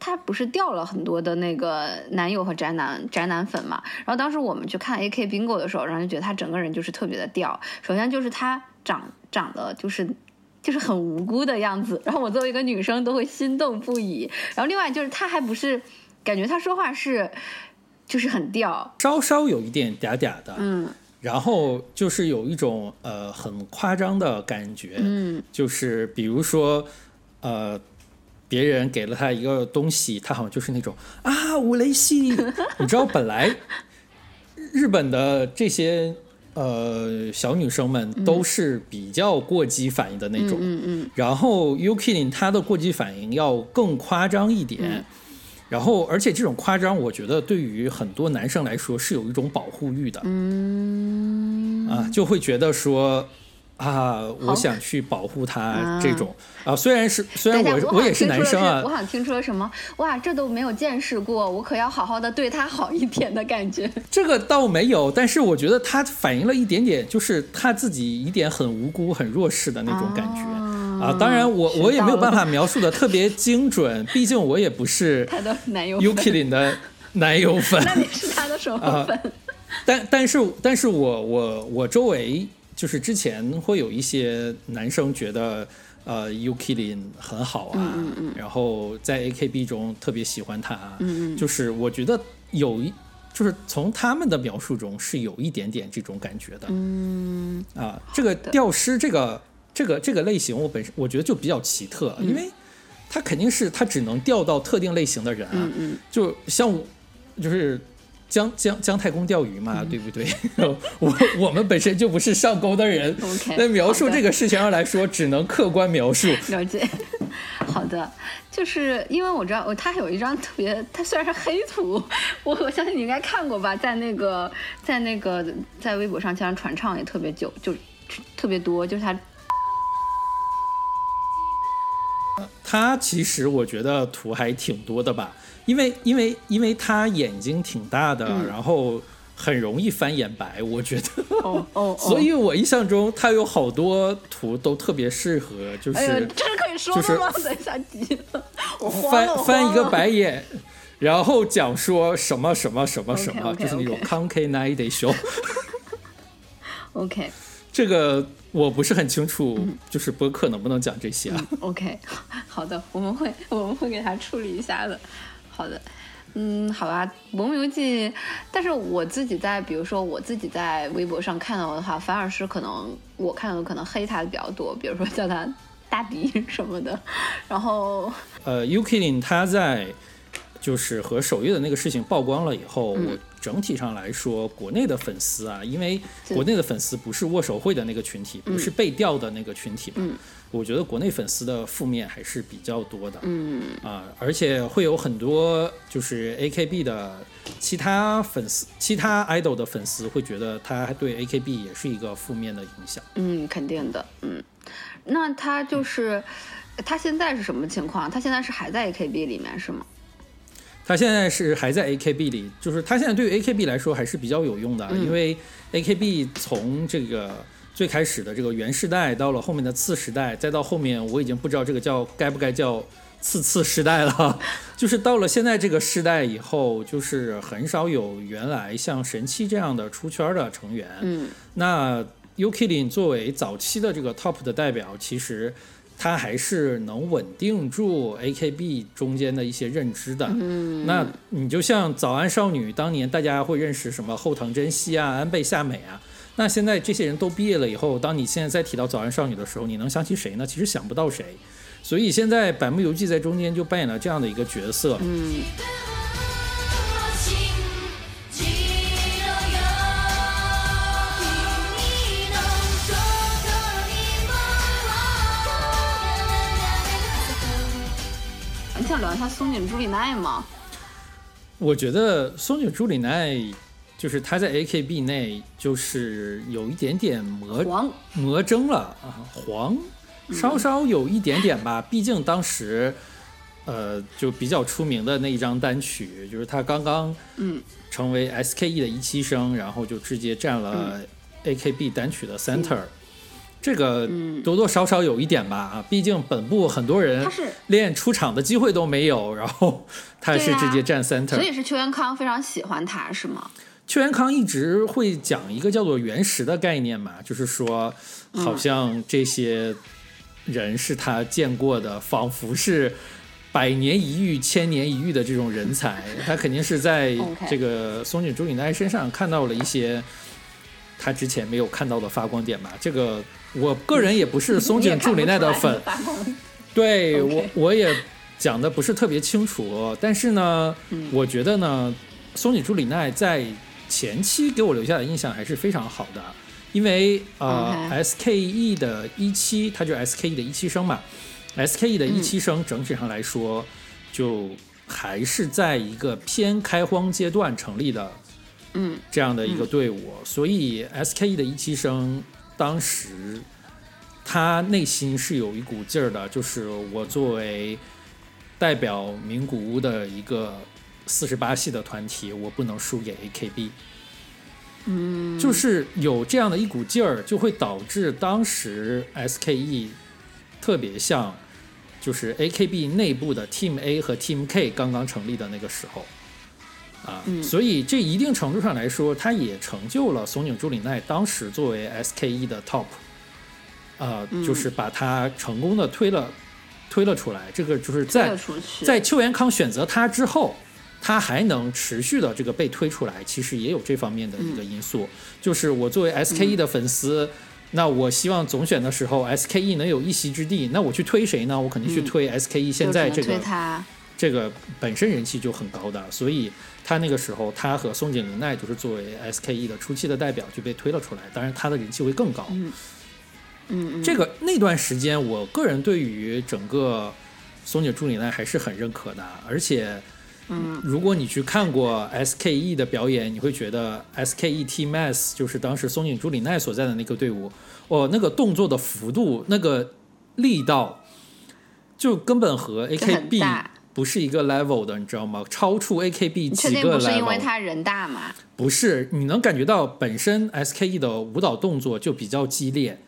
他不是掉了很多的那个男友和宅男宅男粉嘛？然后当时我们去看 A K Bingo 的时候，然后就觉得他整个人就是特别的掉。首先就是他长长得就是就是很无辜的样子，然后我作为一个女生都会心动不已。然后另外就是他还不是感觉他说话是就是很掉， 稍稍有一点嗲嗲的， 嗯。 然后就是有一种呃很夸张的感觉， 嗯， 就是比如说呃别人给了他一个东西，他好像就是那种啊我雷西，你知道本来日本的这些呃小女生们都是比较过激反应的那种， 嗯嗯嗯， 然后 Yuki 她的过激反应要更夸张一点。嗯，然后，而且这种夸张，我觉得对于很多男生来说是有一种保护欲的， 嗯， 啊，就会觉得说，啊，我想去保护他这种啊，虽然是虽然我我也是男生啊， 我好像听出了什么，哇，这都没有见识过，我可要好好的对他好一点的感觉。 这个倒没有，但是我觉得他反映了一点点，就是他自己一点很无辜、很弱势的那种感觉。啊啊，当然我我也没有办法描述的特别精准，毕竟我也不是他的男友粉 Yuki 的男友粉。 那你是他的什么粉？ 啊、但但是但是我我我周围就是之前会有一些男生觉得呃 Yuki 很好啊， 嗯嗯嗯， 然后在 A K B 中特别喜欢他， 嗯嗯， 就是我觉得有一就是从他们的描述中是有一点点这种感觉的， 嗯啊，这个吊师这个。这个这个类型我本身我觉得就比较奇特， 嗯、 因为它肯定是它只能钓到特定类型的人啊， 嗯嗯， 就像我就是姜姜姜太公钓鱼嘛，嗯、对不对？我我们本身就不是上钩的人，那描述这个事情上来说，只能客观描述。 了解，好的，就是因为我知道，他有一张特别，他虽然是黑图，我我相信你应该看过吧，在那个在那个在微博上经常传唱也特别久，就特别多，就是他。 他其实我觉得图还挺多的吧，因为因为因为他眼睛挺大的，嗯、然后很容易翻眼白，我觉得。 哦哦哦。 所以我印象中他有好多图都特别适合，就是。 哎呀，这是可以说的吗？等一下急了，我翻翻一个白眼，然后讲说什么什么什么什么， okay, okay, 就是那种 kankai nai de show。 OK。 这个我不是很清楚，嗯、就是播客能不能讲这些啊、 嗯、？OK， 好的，我们会我们会给他处理一下的。好的，嗯，好吧，《萌萌游记》，但是我自己在，比如说我自己在微博上看到的话，反而是可能我看到的可能黑他的比较多，比如说叫他大迪什么的。然后， 呃 ，Yuki 他在就是和首页的那个事情曝光了以后， 嗯、 我。整体上来说，国内的粉丝啊，因为国内的粉丝不是握手会的那个群体，不是被调的那个群体嘛， 嗯、 我觉得国内粉丝的负面还是比较多的， 嗯啊，而且会有很多就是 A K B 的其他粉丝、其他 idol 的粉丝会觉得他对 A K B 也是一个负面的影响。 嗯，肯定的，嗯，那他就是、嗯、他现在是什么情况？他现在是还在 A K B 里面是吗？ 他现在是还在 A K B 里，就是他现在对于 A K B 来说还是比较有用的， 嗯、 因为 A K B 从这个最开始的这个原世代到了后面的次时代，再到后面我已经不知道这个叫该不该叫次次时代了，就是到了现在这个时代以后，就是很少有原来像神七这样的出圈的成员。 嗯， 那 Yuki 作为早期的这个 top 的代表，其实他还是能稳定住 A K B 中间的一些认知的。 嗯， 那你就像早安少女，当年大家会认识什么后藤真希啊、安倍夏美啊，那现在这些人都毕业了以后，当你现在再提到早安少女的时候，你能想起谁呢？其实想不到谁。所以现在百目游记在中间就扮演了这样的一个角色。 嗯。你想聊一下松井朱里奈吗？ 我觉得松井朱里奈就是他在 A K B 内就是有一点点魔黄魔怔了啊，黄稍稍有一点点吧。嗯、毕竟当时呃就比较出名的那一张单曲，就是他刚刚嗯成为 S K E 的一期生，然后就直接占了 A K B 单曲的 center。嗯这个多多少少有一点吧啊，毕竟本部很多人连出场的机会都没有，然后他是直接站 center，、啊、 所以是邱元康非常喜欢他是吗？ 邱元康一直会讲一个叫做原石的概念嘛，就是说好像这些人是他见过的、嗯、仿佛是百年一遇千年一遇的这种人才，他肯定是在这个松井朱里奈身上看到了一些他之前没有看到的发光点吧。这个我个人也不是松井朱里奈的粉，对、okay. 我我也讲的不是特别清楚，但是呢、嗯、我觉得呢松井朱里奈在前期给我留下的印象还是非常好的，因为呃、okay. S K E 的一期，他就是 S K E 的一期生嘛， S K E 的一期生整体上来说、嗯、就还是在一个偏开荒阶段成立的嗯，这样的一个队伍、嗯、所以 S K E 的一期生当时他内心是有一股劲儿的，就是我作为代表名古屋的一个四十八系的团体，我不能输给 A K B， 嗯，就是有这样的一股劲儿，就会导致当时 S K E 特别像就是 A K B 内部的 Team A 和 Team K 刚刚成立的那个时候啊、嗯，所以这一定程度上来说，它也成就了松井朱里奈当时作为 S K E 的 top， 呃、嗯，就是把它成功的推了推了出来。这个就是在在邱元康选择他之后，他还能持续的这个被推出来，其实也有这方面的一个因素。嗯、就是我作为 S K E 的粉丝、嗯，那我希望总选的时候 S K E 能有一席之地，那我去推谁呢？我肯定去推 S K E 现在这个、 嗯、 这个本身人气就很高的，所以他那个时候他和松井玲奈就是作为 S K E 的初期的代表就被推了出来，当然他的人气会更高。 嗯嗯， 这个那段时间我个人对于整个松井朱里奈还是很认可的，而且嗯， 如果你去看过 S K E 的表演，你会觉得 S K E Team S 就是当时松井朱里奈所在的那个队伍，哦，那个动作的幅度，那个力道，就根本和 A K B 不是一个 level 的，你知道吗？超出 A K B 几个 level。你确定不是因为他人大吗？ 不是，你能感觉到本身 S K E 的舞蹈动作就比较激烈。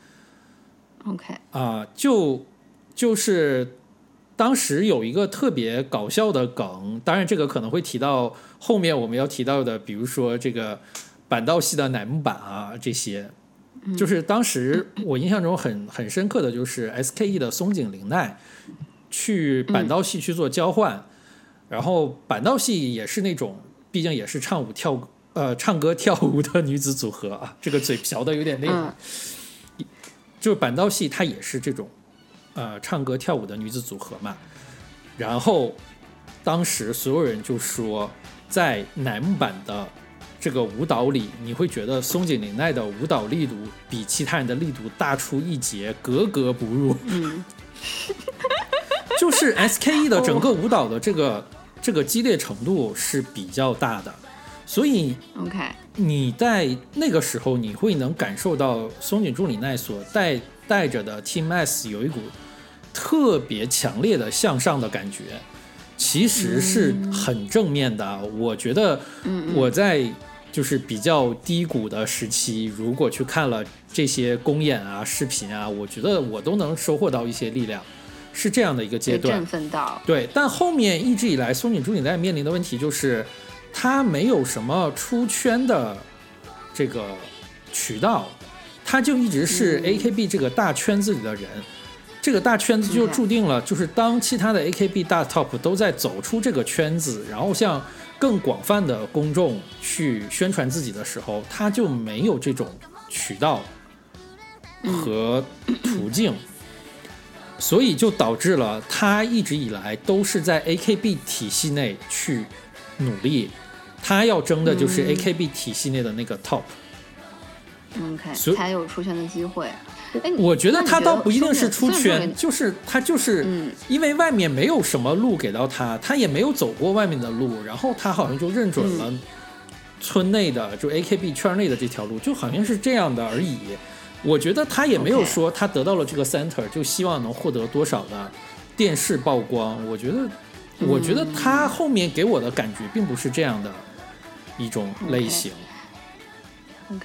OK 啊、呃，就就是当时有一个特别搞笑的梗，当然这个可能会提到后面我们要提到的，比如说这个板道系的乃木坂啊这些，就是当时我印象中很很深刻的就是 S K E 的松井玲奈去板道系去做交换，然后板道系也是那种毕竟也是唱舞跳呃唱歌跳舞的女子组合啊，这个嘴瓢的有点厉害。就是板道系它也是这种呃唱歌跳舞的女子组合嘛，然后当时所有人就说在乃木坂的这个舞蹈里，你会觉得松井玲奈的舞蹈力度比其他人的力度大出一截，格格不入。 嗯， 就是 S K E 的整个舞蹈的这个、oh. 这个激烈程度是比较大的，所以 OK。 你在那个时候你会能感受到松井朱里奈所带带着的 Team S 有一股特别强烈的向上的感觉，其实是很正面的、嗯、我觉得我在就是比较低谷的时期，如果去看了这些公演啊视频啊，我觉得我都能收获到一些力量，是这样的一个阶段， 振奋到。 对，但后面一直以来松井朱里奈面临的问题就是他没有什么出圈的这个渠道，他就一直是 A K B 这个大圈子里的人、嗯、这个大圈子就注定了就是当其他的 A K B 大 top 都在走出这个圈子，然后向更广泛的公众去宣传自己的时候，他就没有这种渠道和途径、嗯、所以就导致了他一直以来都是在 A K B 体系内去努力，他要争的就是 A K B 体系内的那个 top、 嗯、OK 才有出圈的机会。 我觉得他倒不一定是出圈，就是他就是因为外面没有什么路给到他，他也没有走过外面的路，然后他好像就认准了村内的就 A K B 圈内的这条路，就好像是这样的而已。我觉得他也没有说他得到了这个 center 就希望能获得多少的电视曝光，我觉得我觉得他后面给我的感觉并不是这样的一种类型。 OK, okay.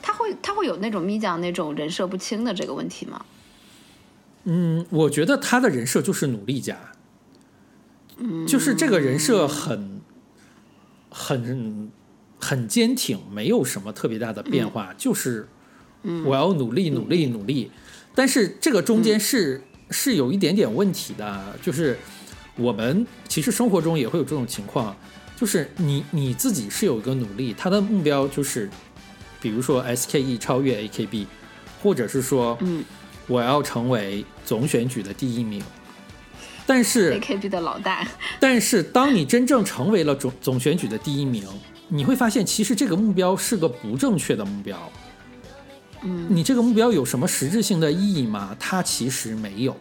他会他会有那种咪酱那种人设不清的这个问题吗？ 嗯，我觉得他的人设就是努力家，嗯，就是这个人设很很很坚挺，没有什么特别大的变化，嗯、就是我要努力努力努力，但是这个中间是、嗯、是有一点点问题的，就是我们其实生活中也会有这种情况，就是你你自己是有一个努力，他的目标就是比如说 S K E 超越 A K B， 或者是说嗯我要成为总选举的第一名，但是 A K B 的老大， 但是当你真正成为了总总选举的第一名，你会发现其实这个目标是个不正确的目标。嗯，你这个目标有什么实质性的意义吗？它其实没有。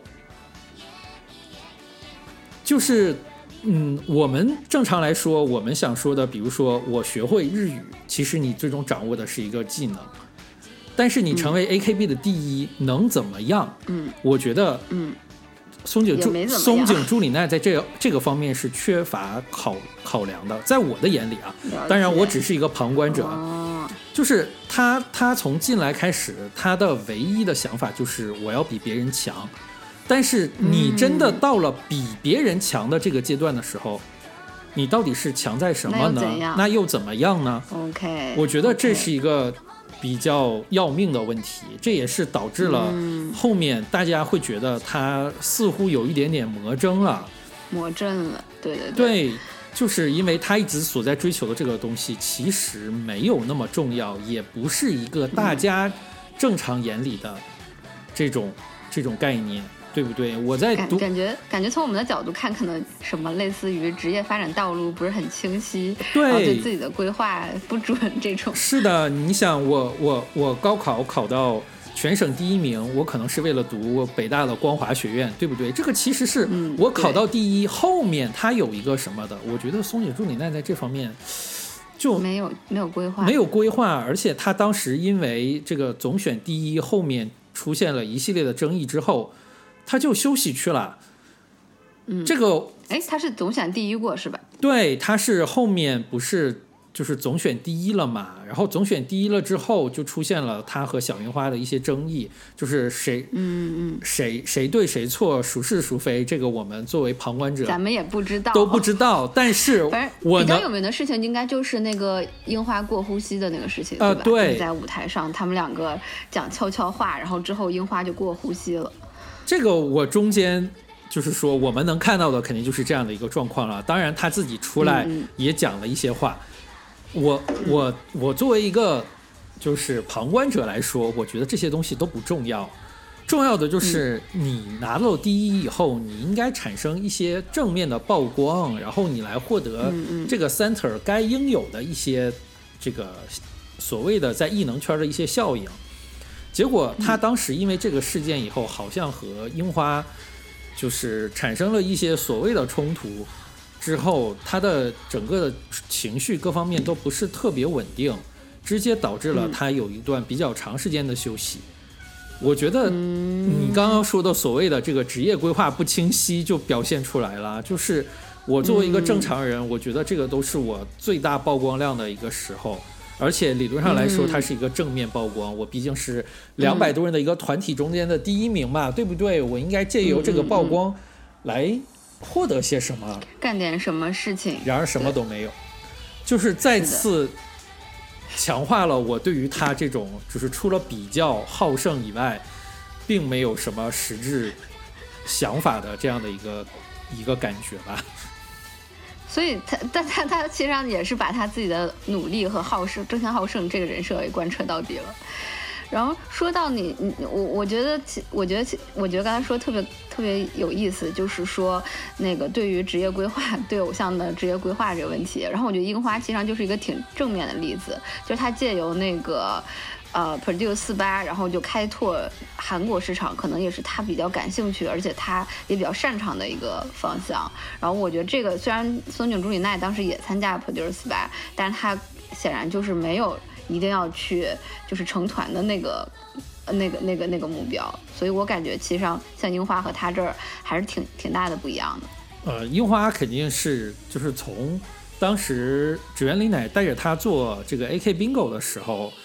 就是嗯，我们正常来说，我们想说的，比如说我学会日语，其实你最终掌握的是一个技能。但是你成为 A K B 的第一、嗯、能怎么样？嗯，我觉得，嗯，松井朱松井朱里奈在这个这个方面是缺乏考考量的，在我的眼里啊，当然我只是一个旁观者，哦、就是他他从进来开始，他的唯一的想法就是我要比别人强，但是你真的到了比别人强的这个阶段的时候，嗯、你到底是强在什么呢？那又, 那又怎么样呢 ？OK， 我觉得这是一个比较要命的问题，这也是导致了后面大家会觉得他似乎有一点点魔怔了， 魔怔了，对对对，对，就是因为他一直所在追求的这个东西其实没有那么重要，也不是一个大家正常眼里的这种、嗯、这种概念。对不对？我在读， 感觉感觉从我们的角度看，可能什么类似于职业发展道路不是很清晰， 对， 然后对自己的规划不准这种。 是的，你想我我我高考考到全省第一名，我可能是为了读北大的光华学院，对不对？这个其实是我考到第一，嗯、后面他有一个什么的，我觉得松井朱里奈在这方面就没有没有规划， 没有规划，而且他当时因为这个总选第一后面出现了一系列的争议之后。他就休息去了， 嗯， 这个， 哎，他是总选第一过是吧？ 对，他是后面不是就是总选第一了嘛，然后总选第一了之后，就出现了他和小樱花的一些争议，就是谁， 嗯嗯， 谁谁对谁错，孰是孰非，这个我们作为旁观者， 咱们也不知道， 都不知道。但是我比较有名的事情，应该就是那个樱花过呼吸的那个事情， 呃、 对吧？ 对， 在舞台上，他们两个讲悄悄话，然后之后樱花就过呼吸了。 这个我中间就是说我们能看到的肯定就是这样的一个状况了，当然他自己出来也讲了一些话，嗯、我我我作为一个就是旁观者来说，我觉得这些东西都不重要，重要的就是你拿到第一以后，你应该产生一些正面的曝光，然后你来获得这个 center 该应有的一些这个所谓的在艺能圈的一些效应。结果他当时因为这个事件以后，好像和樱花就是产生了一些所谓的冲突，之后他的整个的情绪各方面都不是特别稳定，直接导致了他有一段比较长时间的休息。我觉得你刚刚说的所谓的这个职业规划不清晰就表现出来了，就是我作为一个正常人，我觉得这个都是我最大曝光量的一个时候。而且理论上来说，它是一个正面曝光。嗯、我毕竟是两百多人的一个团体中间的第一名嘛，嗯、对不对？我应该借由这个曝光来获得些什么， 干点什么事情。 然而什么都没有，就是再次强化了我对于他这种就是除了比较好胜以外，并没有什么实质想法的这样的一个一个感觉吧。 所以他，但他他其实上也是把他自己的努力和好胜、争强好胜这个人设给贯彻到底了。然后说到你，你我我觉得，我觉得，我觉得刚才说特别特别有意思，就是说那个对于职业规划、对偶像的职业规划这个问题。然后我觉得樱花其实上就是一个挺正面的例子，就是他借由那个。呃 Produce 四十八，然后就开拓韩国市场，可能也是他比较感兴趣，而且他也比较擅长的一个方向。然后我觉得这个虽然松井朱里奈当时也参加 Produce 四十八，但是他显然就是没有一定要去就是成团的那个那个那个那个目标，所以我感觉其实上像樱花和他这儿还是挺挺大的不一样的。 呃，樱花肯定是就是从当时指原里乃带着他做这个 A K Bingo 的时候。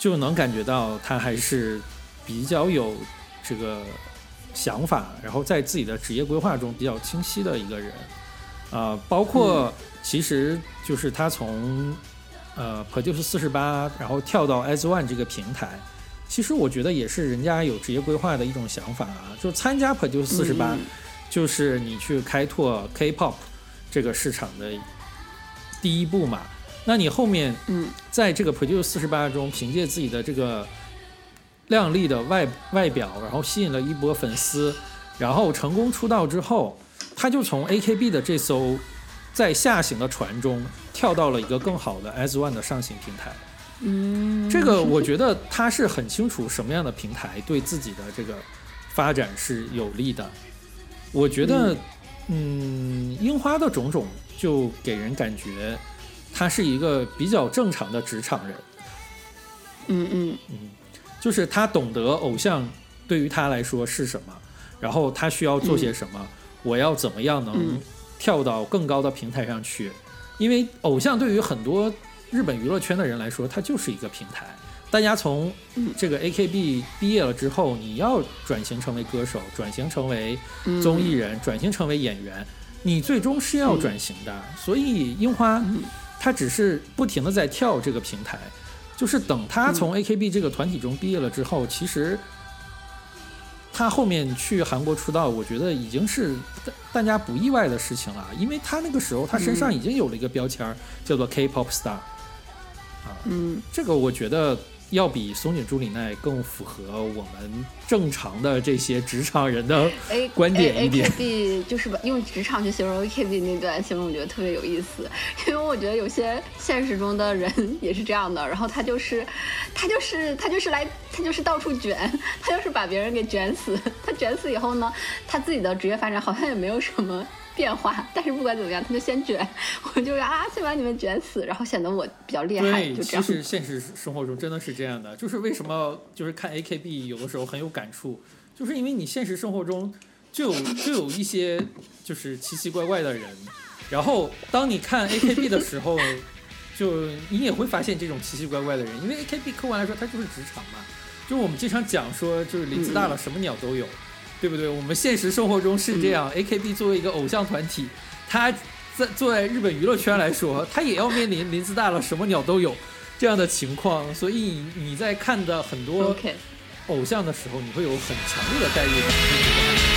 就能感觉到他还是比较有这个想法，然后在自己的职业规划中比较清晰的一个人。呃，包括其实就是他从呃 Produce 四十八然后跳到 S One 这个平台，其实我觉得也是人家有职业规划的一种想法啊，就参加 Produce 四十八就是你去开拓 K-pop 这个市场的第一步嘛。那你后面在这个 Produce 四十八中凭借自己的这个亮丽的 外, 外表，然后吸引了一波粉丝，然后成功出道之后，他就从 A K B 的这艘在下行的船中跳到了一个更好的 S One 的上行平台。 嗯， 这个我觉得他是很清楚什么样的平台对自己的这个发展是有利的。我觉得嗯，樱花的种种就给人感觉他是一个比较正常的职场人。 嗯嗯嗯，就是他懂得偶像对于他来说是什么，然后他需要做些什么、嗯、我要怎么样能跳到更高的平台上去、嗯、因为偶像对于很多日本娱乐圈的人来说它就是一个平台，大家从这个 A K B 毕业了之后，你要转型成为歌手，转型成为综艺人、嗯、转型成为演员，你最终是要转型的、嗯、所以樱花他只是不停的在跳这个平台，就是等他从 A K B 这个团体中毕业了之后、嗯、其实他后面去韩国出道，我觉得已经是大家不意外的事情了，因为他那个时候他身上已经有了一个标签、嗯、叫做 K-pop star 啊， 嗯， 这个我觉得要比松井朱里奈更符合我们正常的这些职场人的观点一点。 A K B 就是用职场去形容 A K B 那段形容我觉得特别有意思，因为我觉得有些现实中的人也是这样的，然后他就是他就是他就是来他就是到处卷，他就是把别人给卷死，他卷死以后呢，他自己的职业发展好像也没有什么变化，但是不管怎么样他就先卷，我就啊先把你们卷死，然后显得我比较厉害。 对， 就这样。 其实现实生活中真的是这样的，就是为什么就是看 A K B 有的时候很有感触，就是因为你现实生活中就有就有一些就是奇奇怪怪的人，然后当你看 A K B 的时候就你也会发现这种奇奇怪怪的人，因为 A K B 客观来说它就是职场嘛，就是我们经常讲说就是林子大了什么鸟都有、嗯、对不对？我们现实生活中是这样、嗯、A K B 作为一个偶像团体，他在作为日本娱乐圈来说，他也要面临林子大了什么鸟都有这样的情况，所以你在看的很多偶像的时候，你会有很强烈的代入感。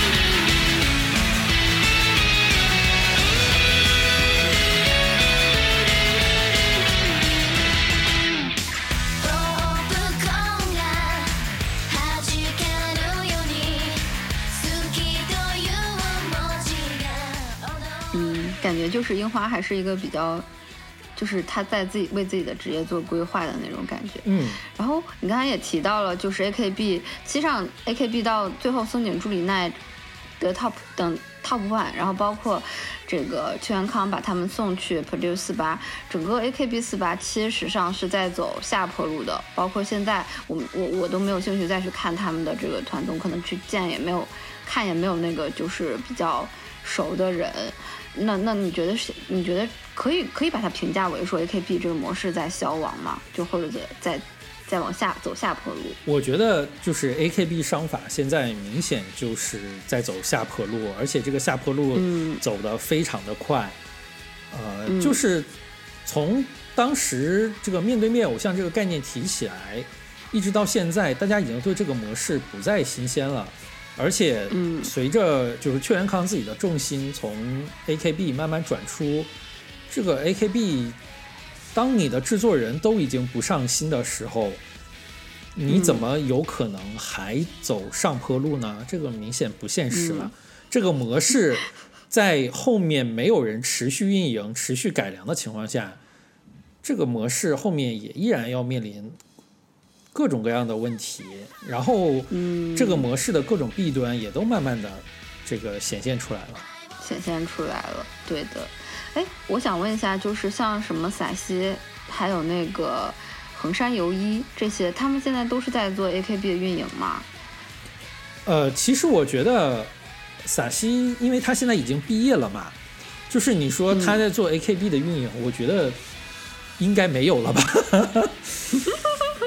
感觉就是樱花还是一个比较，就是他在自己为自己的职业做规划的那种感觉。 嗯， 然后你刚才也提到了，就是 A K B， 实际上 A K B 到最后松井朱里奈得 top 等 top one， 然后包括这个邱元康把他们送去 Produce 四十八，整个 A K B 四十八其实上是在走下坡路的。包括现在我我我都没有兴趣再去看他们的这个团综，可能去见也没有看也没有那个就是比较熟的人。那那你觉得是？你觉得可以可以把它评价为说 A K B 这个模式在消亡吗？就或者在再往下走下坡路？ 我觉得就是 A K B 商法现在明显就是在走下坡路，而且这个下坡路走得非常的快。嗯、呃、嗯，就是从当时这个面对面偶像这个概念提起来，一直到现在，大家已经对这个模式不再新鲜了。而且随着就是邱元康自己的重心从 A K B 慢慢转出，这个 A K B 当你的制作人都已经不上心的时候，你怎么有可能还走上坡路呢？这个明显不现实了。这个模式在后面没有人持续运营持续改良的情况下，这个模式后面也依然要面临各种各样的问题，然后这个模式的各种弊端也都慢慢的这个显现出来了显现出来了对的。哎，我想问一下，就是像什么洒西还有那个衡山由一这些，他们现在都是在做 A K B 的运营吗？ 呃，其实我觉得洒西因为他现在已经毕业了嘛，就是你说他在做 A K B 的运营、嗯、我觉得应该没有了吧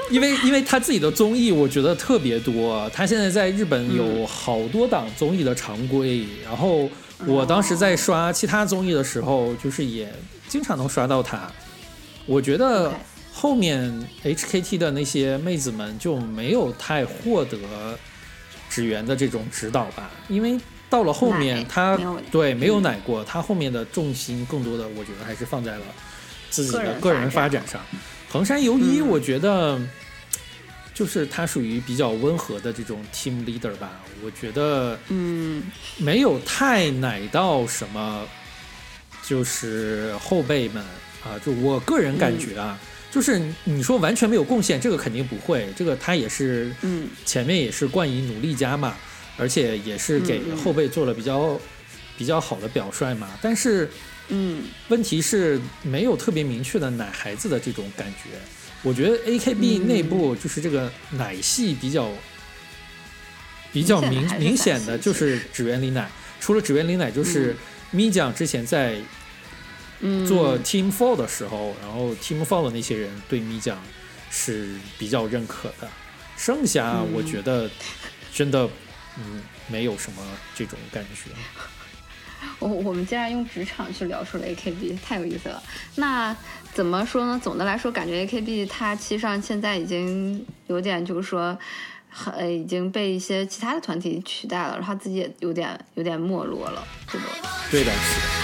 因为因为他自己的综艺我觉得特别多，他现在在日本有好多档综艺的常规、嗯、然后我当时在刷其他综艺的时候就是也经常能刷到他。我觉得后面 H K T 的那些妹子们就没有太获得指原的这种指导吧，因为到了后面他对没有奶过、嗯、他后面的重心更多的我觉得还是放在了自己的个人发展上。横山由依我觉得就是他属于比较温和的这种 team leader 吧，我觉得嗯没有太奶到什么就是后辈们啊，就我个人感觉啊、嗯、就是你说完全没有贡献这个肯定不会，这个他也是嗯前面也是冠以努力家嘛，而且也是给后辈做了比较、嗯、比较好的表率嘛，但是嗯，问题是没有特别明确的奶孩子的这种感觉。我觉得 A K B 内部就是这个奶系比较、嗯、比较明明显的就是指原里奶，除了指原里奶就是咪酱之前在做 Team Four 的时候、嗯、然后 Team Four 的那些人对咪酱是比较认可的，剩下我觉得真的嗯没有什么这种感觉。 我我们竟然用职场去聊出了 A K B， 太有意思了。那怎么说呢？总的来说，感觉 A K B 它其实上现在已经有点就是说，呃，已经被一些其他的团体取代了，然后自己也有点有点没落了，对吧？ 对的，是的。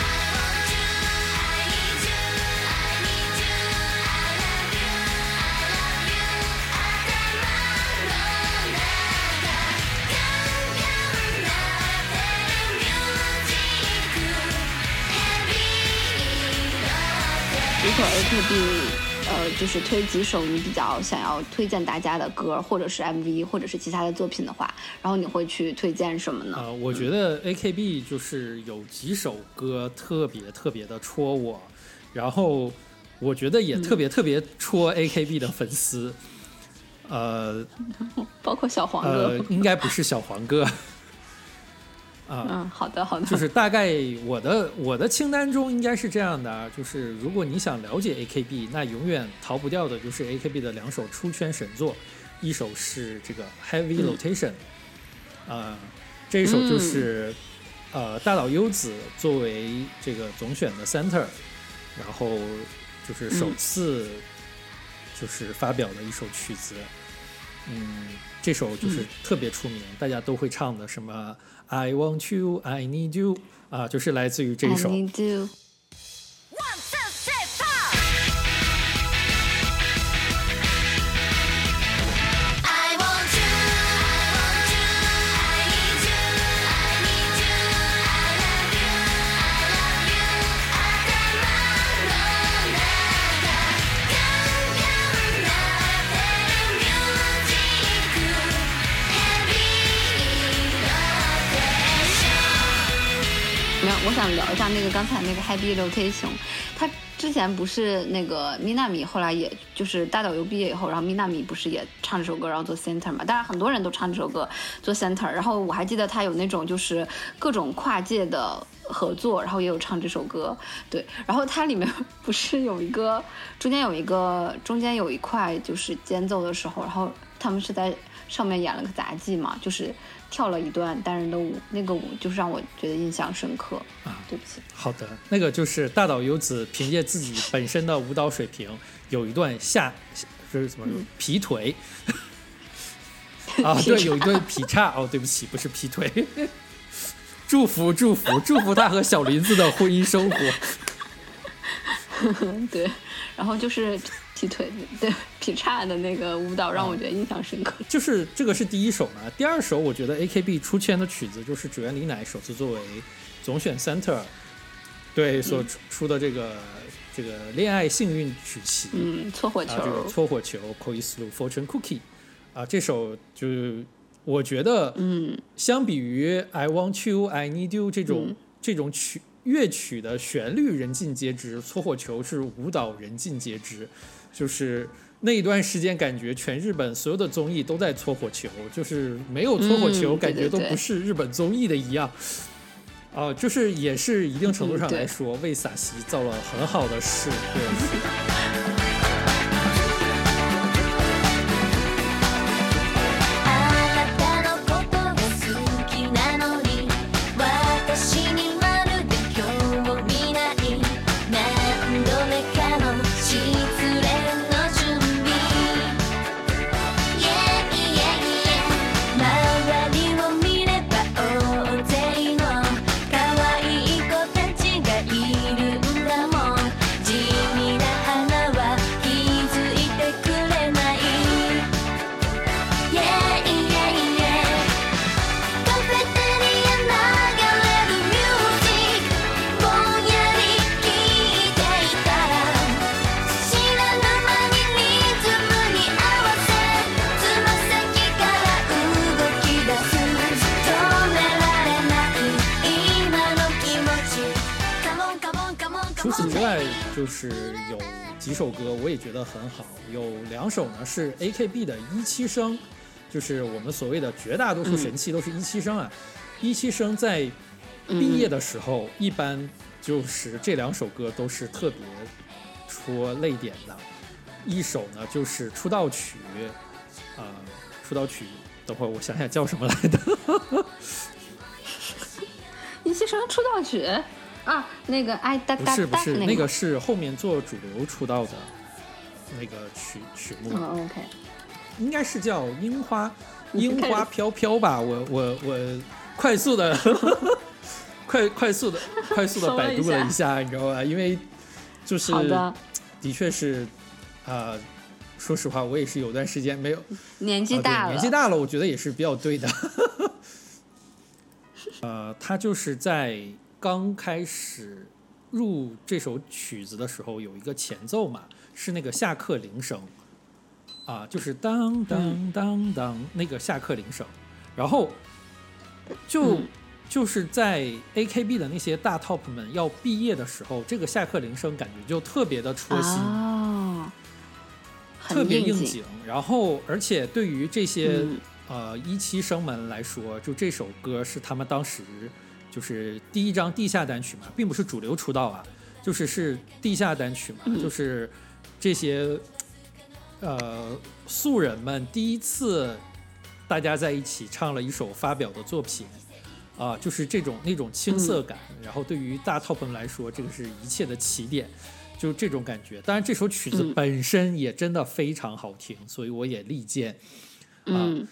如果 A K B 呃，就是推几首你比较想要推荐大家的歌，或者是 M V， 或者是其他的作品的话，然后你会去推荐什么呢？ 呃，我觉得 A K B 就是有几首歌特别特别的戳我，然后我觉得也特别特别戳 A K B 的粉丝，嗯、 呃，包括小黄哥， 呃，应该不是小黄哥。 啊、嗯，好的好的， 就是大概我的我的清单中应该是这样的，就是如果你想了解 A K B， 那永远逃不掉的就是 A K B 的两首出圈神作，一首是这个 Heavy Rotation，、嗯呃、这一首就是、嗯、呃大岛优子作为这个总选的 center， 然后就是首次就是发表的一首曲子，嗯，这首就是特别出名、嗯、大家都会唱的什么I want you, I need you 啊，就是来自于这一首。 I need you.我想聊一下那个刚才那个 Heavy Rotation， 他之前不是那个 Minami 后来也就是大岛优毕业以后，然后 Minami 不是也唱这首歌然后做 center 嘛，当然很多人都唱这首歌做 center， 然后我还记得他有那种就是各种跨界的合作，然后也有唱这首歌，对，然后它里面不是有一个中间有一个中间有一块就是间奏的时候，然后他们是在上面演了个杂技嘛，就是跳了一段单人的舞，那个舞就是让我觉得印象深刻啊。对不起， 好的，那个就是大岛优子凭借自己本身的舞蹈水平，有一段下是什么劈腿、嗯、啊，对，有一段劈叉哦，对不起，不是劈腿。祝福祝福祝福他和小林子的婚姻生活。 对，然后就是劈腿对劈叉的那个舞蹈让我觉得印象深刻、 嗯、就是这个是第一首嘛。第二首我觉得 A K B 出圈的曲子就是指原里乃首次作为总选 center 对所出的这个、嗯、这个恋爱幸运曲奇， 嗯，搓火球、啊、 这个搓火球 Koisuru Fortune Cookie 啊，这首就我觉得嗯，相比于 I want you I need you 这种、嗯、这种曲乐曲的旋律人尽皆知，搓火球是舞蹈人尽皆知，就是那一段时间感觉全日本所有的综艺都在搓火球，就是没有搓火球、嗯、感觉都不是日本综艺的一样、嗯、呃，就是也是一定程度上来说、嗯、为萨西造了很好的势。对此之外，就是有几首歌我也觉得很好，有两首呢是 A K B 的一期生，就是我们所谓的绝大多数神器都是一期生啊。嗯、一期生在毕业的时候，嗯、一般就是这两首歌都是特别戳泪点的。一首呢就是出道曲，啊、呃，出道曲，等会儿我想想叫什么来的。 一期生出道曲啊，那个哎哒哒哒， 不是不是， 那个、 那个是后面做主流出道的那个曲曲目。 哦 ，OK， 应该是叫樱花樱花飘飘吧？我我我快速的快快速的快速的百度了一下，你知道吧？因为就是好的， 的确是啊、呃，说实话，我也是有段时间没有年纪大了、 啊，年纪大了，我觉得也是比较对的。呃，他就是在刚开始入这首曲子的时候有一个前奏嘛，是那个下课铃声啊，就是当当当当、嗯、那个下课铃声，然后就、嗯、就是在 A K B 的那些大 top 们要毕业的时候，这个下课铃声感觉就特别的戳心、 哦、 特别应景，然后而且对于这些、嗯呃，一期生们来说，就这首歌是他们当时就是第一张地下单曲嘛，并不是主流出道啊，就是是地下单曲嘛，嗯、就是这些呃素人们第一次大家在一起唱了一首发表的作品啊、呃，就是这种那种青涩感、嗯，然后对于大 top 们来说，这个是一切的起点，就这种感觉。当然，这首曲子本身也真的非常好听，嗯、所以我也力荐啊。呃嗯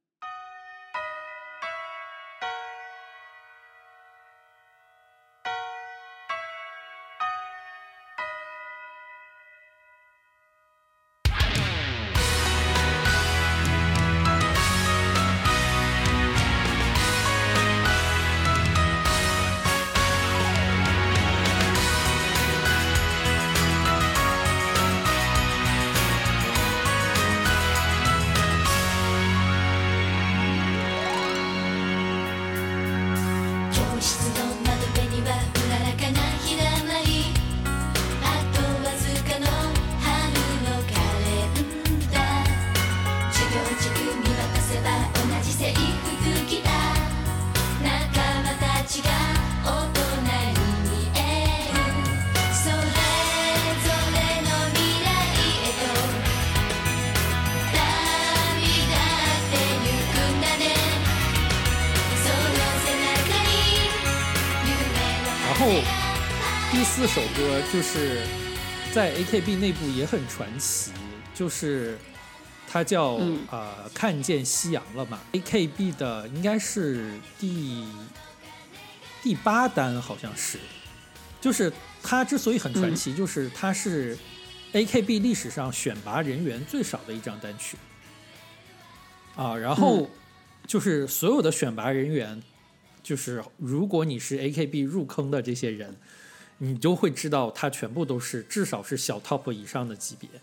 这首歌就是在 A K B 内部也很传奇，就是它叫啊、嗯呃、看见夕阳了嘛。A K B 的应该是第第八单，好像是，就是它之所以很传奇，嗯、就是它是 A K B 历史上选拔人员最少的一张单曲啊。然后就是所有的选拔人员，就是如果你是 A K B 入坑的这些人，你就会知道它全部都是至少是小 top 以上的级别，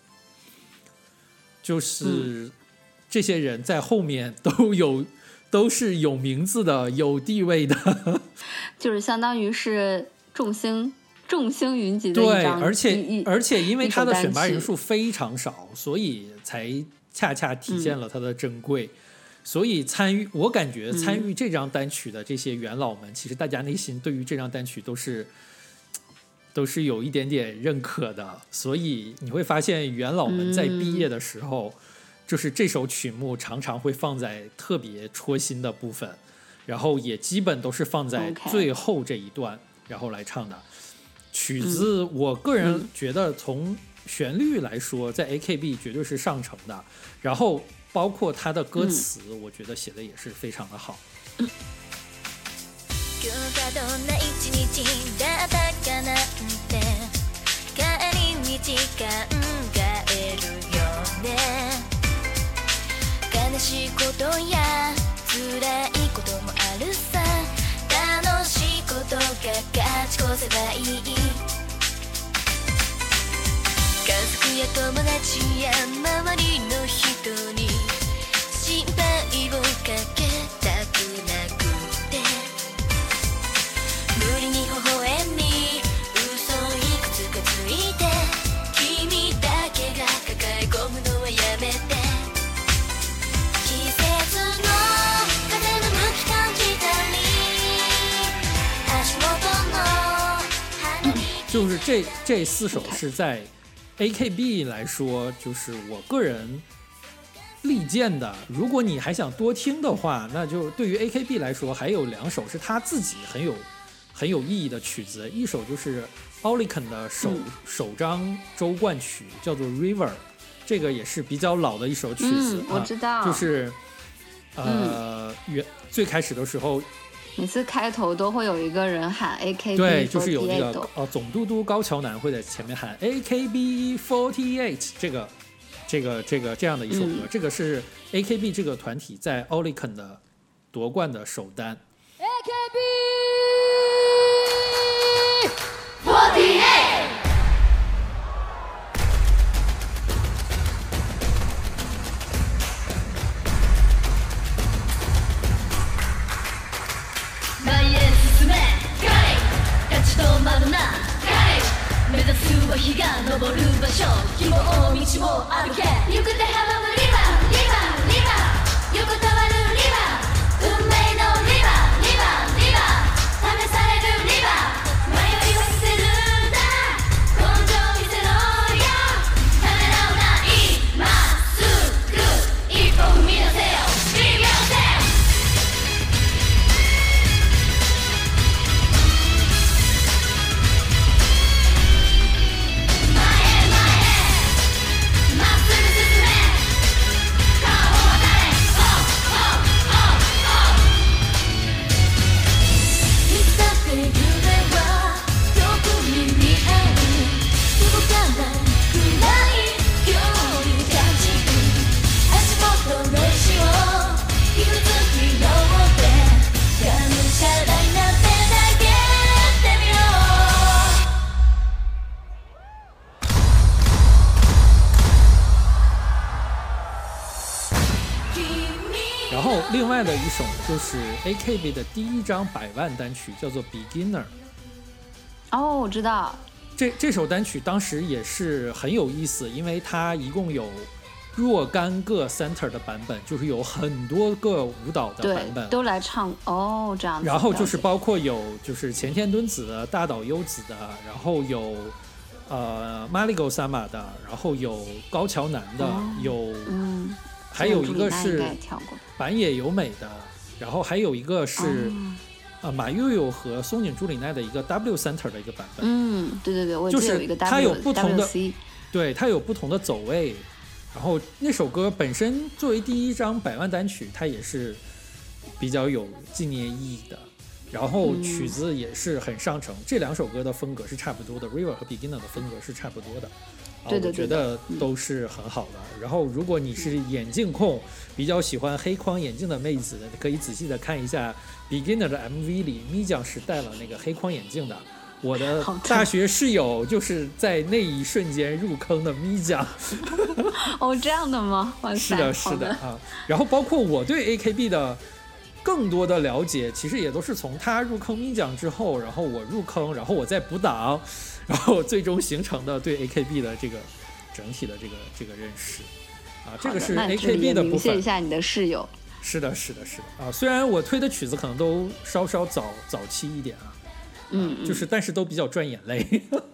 就是这些人在后面都有都是有名字的，有地位的， 就是相当于是众星众星云集的一张。 对，而且而且因为他的选拔人数非常少，所以才恰恰体现了它的珍贵。嗯、所以参与我感觉参与这张单曲的这些元老们，嗯、其实大家内心对于这张单曲都是都是有一点点认可的，所以你会发现元老们在毕业的时候、嗯、就是这首曲目常常会放在特别戳心的部分，然后也基本都是放在最后这一段、okay. 然后来唱的曲子。我个人觉得从旋律来说、嗯、在 A K B 绝对是上乘的，然后包括它的歌词、嗯、我觉得写的也是非常的好。 嗯， 今日がどんな一日だったかなんて帰り道考えるよね。悲しいことや辛いこともあるさ。楽しいことが勝ち越せばいい。家族や友達や周りの人に心配をかけたくなくて無理に微笑み嘘いくつ就是这这四首是在 A K B 来说，就是我个人力荐的。如果你还想多听的话，那就对于 A K B 来说，还有两首是他自己很有很有意义的曲子，一首就是 Oricon 的首、嗯、首张周冠曲，叫做 River， 这个也是比较老的一首曲子。 嗯，我知道， 啊、就是呃，原、嗯、最开始的时候。 每次开头都会有一个人喊 A K B 四十八， 对，就是有那个呃总督督高桥南会在前面喊 A K B 四十八， 这个这个这个这样的一首歌、嗯，这个是 A K B 这个团体在 Oricon 的夺冠的首单。A K B 四十八。 目指すは日が昇る場所、希望道を歩け、行く手阻むリバー、リバー、リバー、横たわるリバー、運命のリバー、リバー、リバー、試されるリバー、迷いは捨てるんだ、根性見せろよ、ためらうな、今すぐ一歩踏み出せよ、Be yourself。 然后另外的一首就是 A K B 的第一张百万单曲，叫做 Beginner。 哦，我知道这这首单曲当时也是很有意思，因为它一共有若干个 center 的版本，就是有很多个舞蹈的版本都来唱。哦，这样子。 然后就是包括有就是前田敦子的、大岛优子的，然后有呃 Marigo Sama 的，然后有高桥南的、哦、有嗯还有一个是板野友美的，然后还有一个是、哦呃、马悠悠和松井朱里奈的一个 W Center 的一个版本。 嗯，对对对，我记得有一个 W， 就是它有不同的 W C， 对，它有不同的走位。然后那首歌本身作为第一张百万单曲，它也是比较有纪念意义的。然后曲子也是很上乘、嗯，这两首歌的风格是差不多的 ，River 和 Beginner 的风格是差不多的。 对对对， 我觉得都是很好的、嗯。然后，如果你是眼镜控，比较喜欢黑框眼镜的妹子，可以仔细的看一下 Beginner 的 M V 里，咪酱是戴了那个黑框眼镜的。我的大学室友就是在那一瞬间入坑的咪酱。 哦，这样的吗？ 是的，是的啊。然后，包括我对 A K B 的更多的了解，其实也都是从他入坑咪酱之后，然后我入坑，然后我再补档。然后最终形成的对 A K B 的这个整体的这个这个认识啊，这个是 A K B 的部分。 谢一下你的室友。 是的，是的，是的啊。虽然我推的曲子可能都稍稍早早期一点啊， 嗯， 啊、就是但是都比较赚眼泪。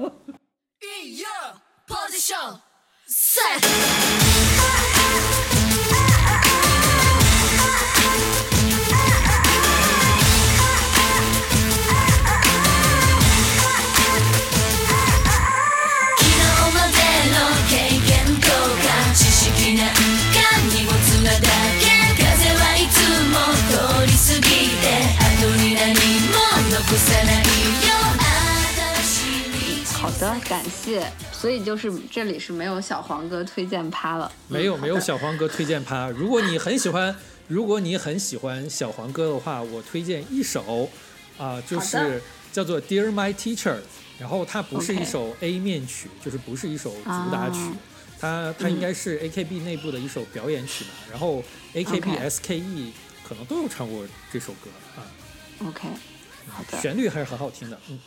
好的，感谢。所以就是这里是没有小黄哥推荐趴了， 没有、嗯、没有小黄哥推荐趴。如果你很喜欢，如果你很喜欢小黄哥的话，我推荐一首啊、呃，就是叫做 Dear My Teacher， 然后它不是一首 A 面曲， okay. 就是不是一首主打曲。啊它它应该是 A K B 内部的一首表演曲吧、嗯、然后 A K B、S K E 可能都有唱过这首歌啊。 OK， 好的， 旋律还是很好听的，嗯。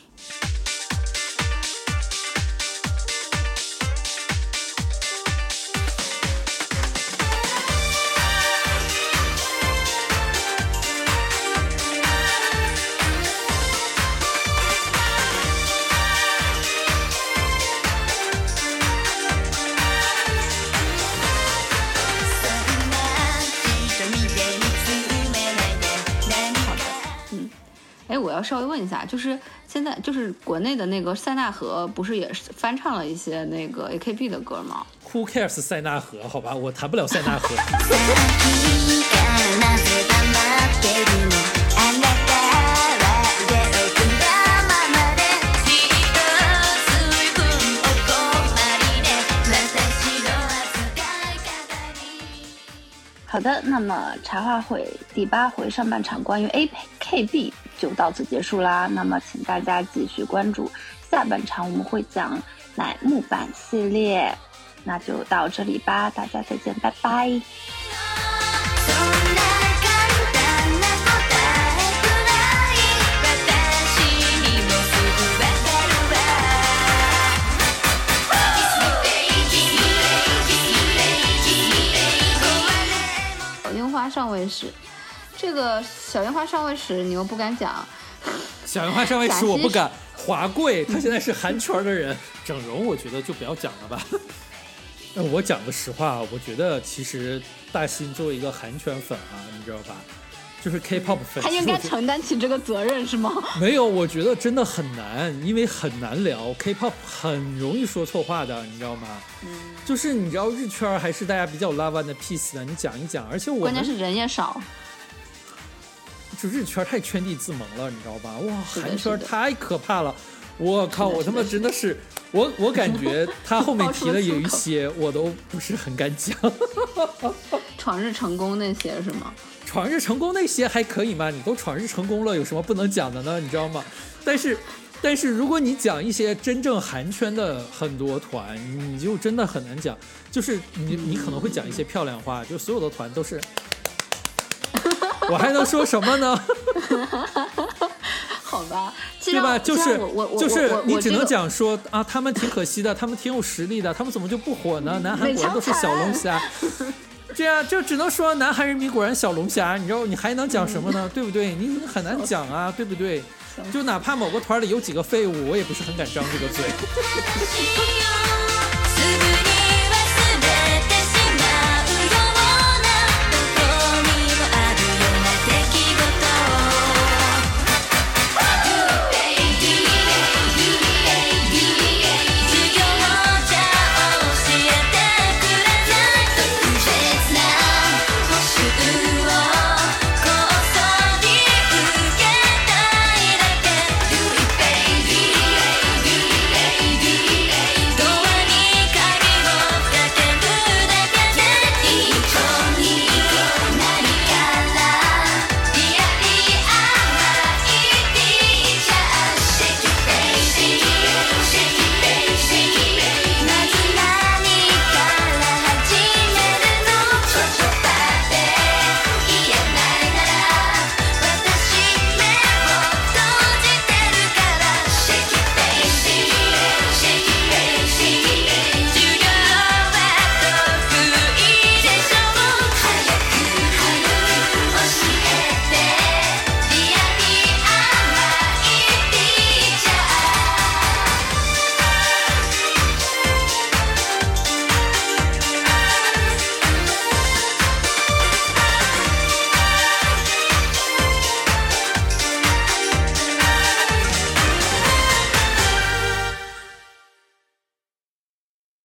要稍微问一下，就是现在就是国内的那个塞纳河不是也是翻唱了一些那个 A K B 的歌吗 ？Who cares 塞纳河？好吧，我谈不了塞纳河。 好的，那么茶话会第八回上半场关于 A K B 就到此结束啦。那么请大家继续关注下半场，我们会讲乃木坂系列。那就到这里吧，大家再见，拜拜。樱花上位史，这个小樱花上位史你又不敢讲。 小樱花上位史我不敢。华贵他现在是韩圈的人，整容我觉得就不要讲了吧。我讲个实话，我觉得其实大新作为一个韩圈粉啊，你知道吧，就是 K-pop 粉， 他应该承担起这个责任是吗？ 没有，我觉得真的很难，因为很难聊 K-pop 很容易说错话的，你知道吗？嗯，就是你知道日圈还是大家比较 love and peace 的，你讲一讲，而且我关键是人也少。 就日圈太圈地自萌了，你知道吧？哇，韩圈太可怕了！我靠，我他妈真的是，我我感觉他后面提的有一些我都不是很敢讲。 闯日成功那些是吗？ 闯日成功那些还可以嘛？你都闯日成功了，有什么不能讲的呢？你知道吗？但是，但是如果你讲一些真正韩圈的很多团，你就真的很难讲。就是你你可能会讲一些漂亮话，就所有的团都是。我还能说什么呢？ 好吧， 对吧？就是就是你只能讲说、 这个、 啊，他们挺可惜的，他们挺有实力的，他们怎么就不火呢？南韩果然都是小龙虾，这样就只能说南韩人民果然小龙虾，你知道你还能讲什么呢？对不对？你很难讲啊，对不对？就哪怕某个团里有几个废物，我也不是很敢张这个嘴。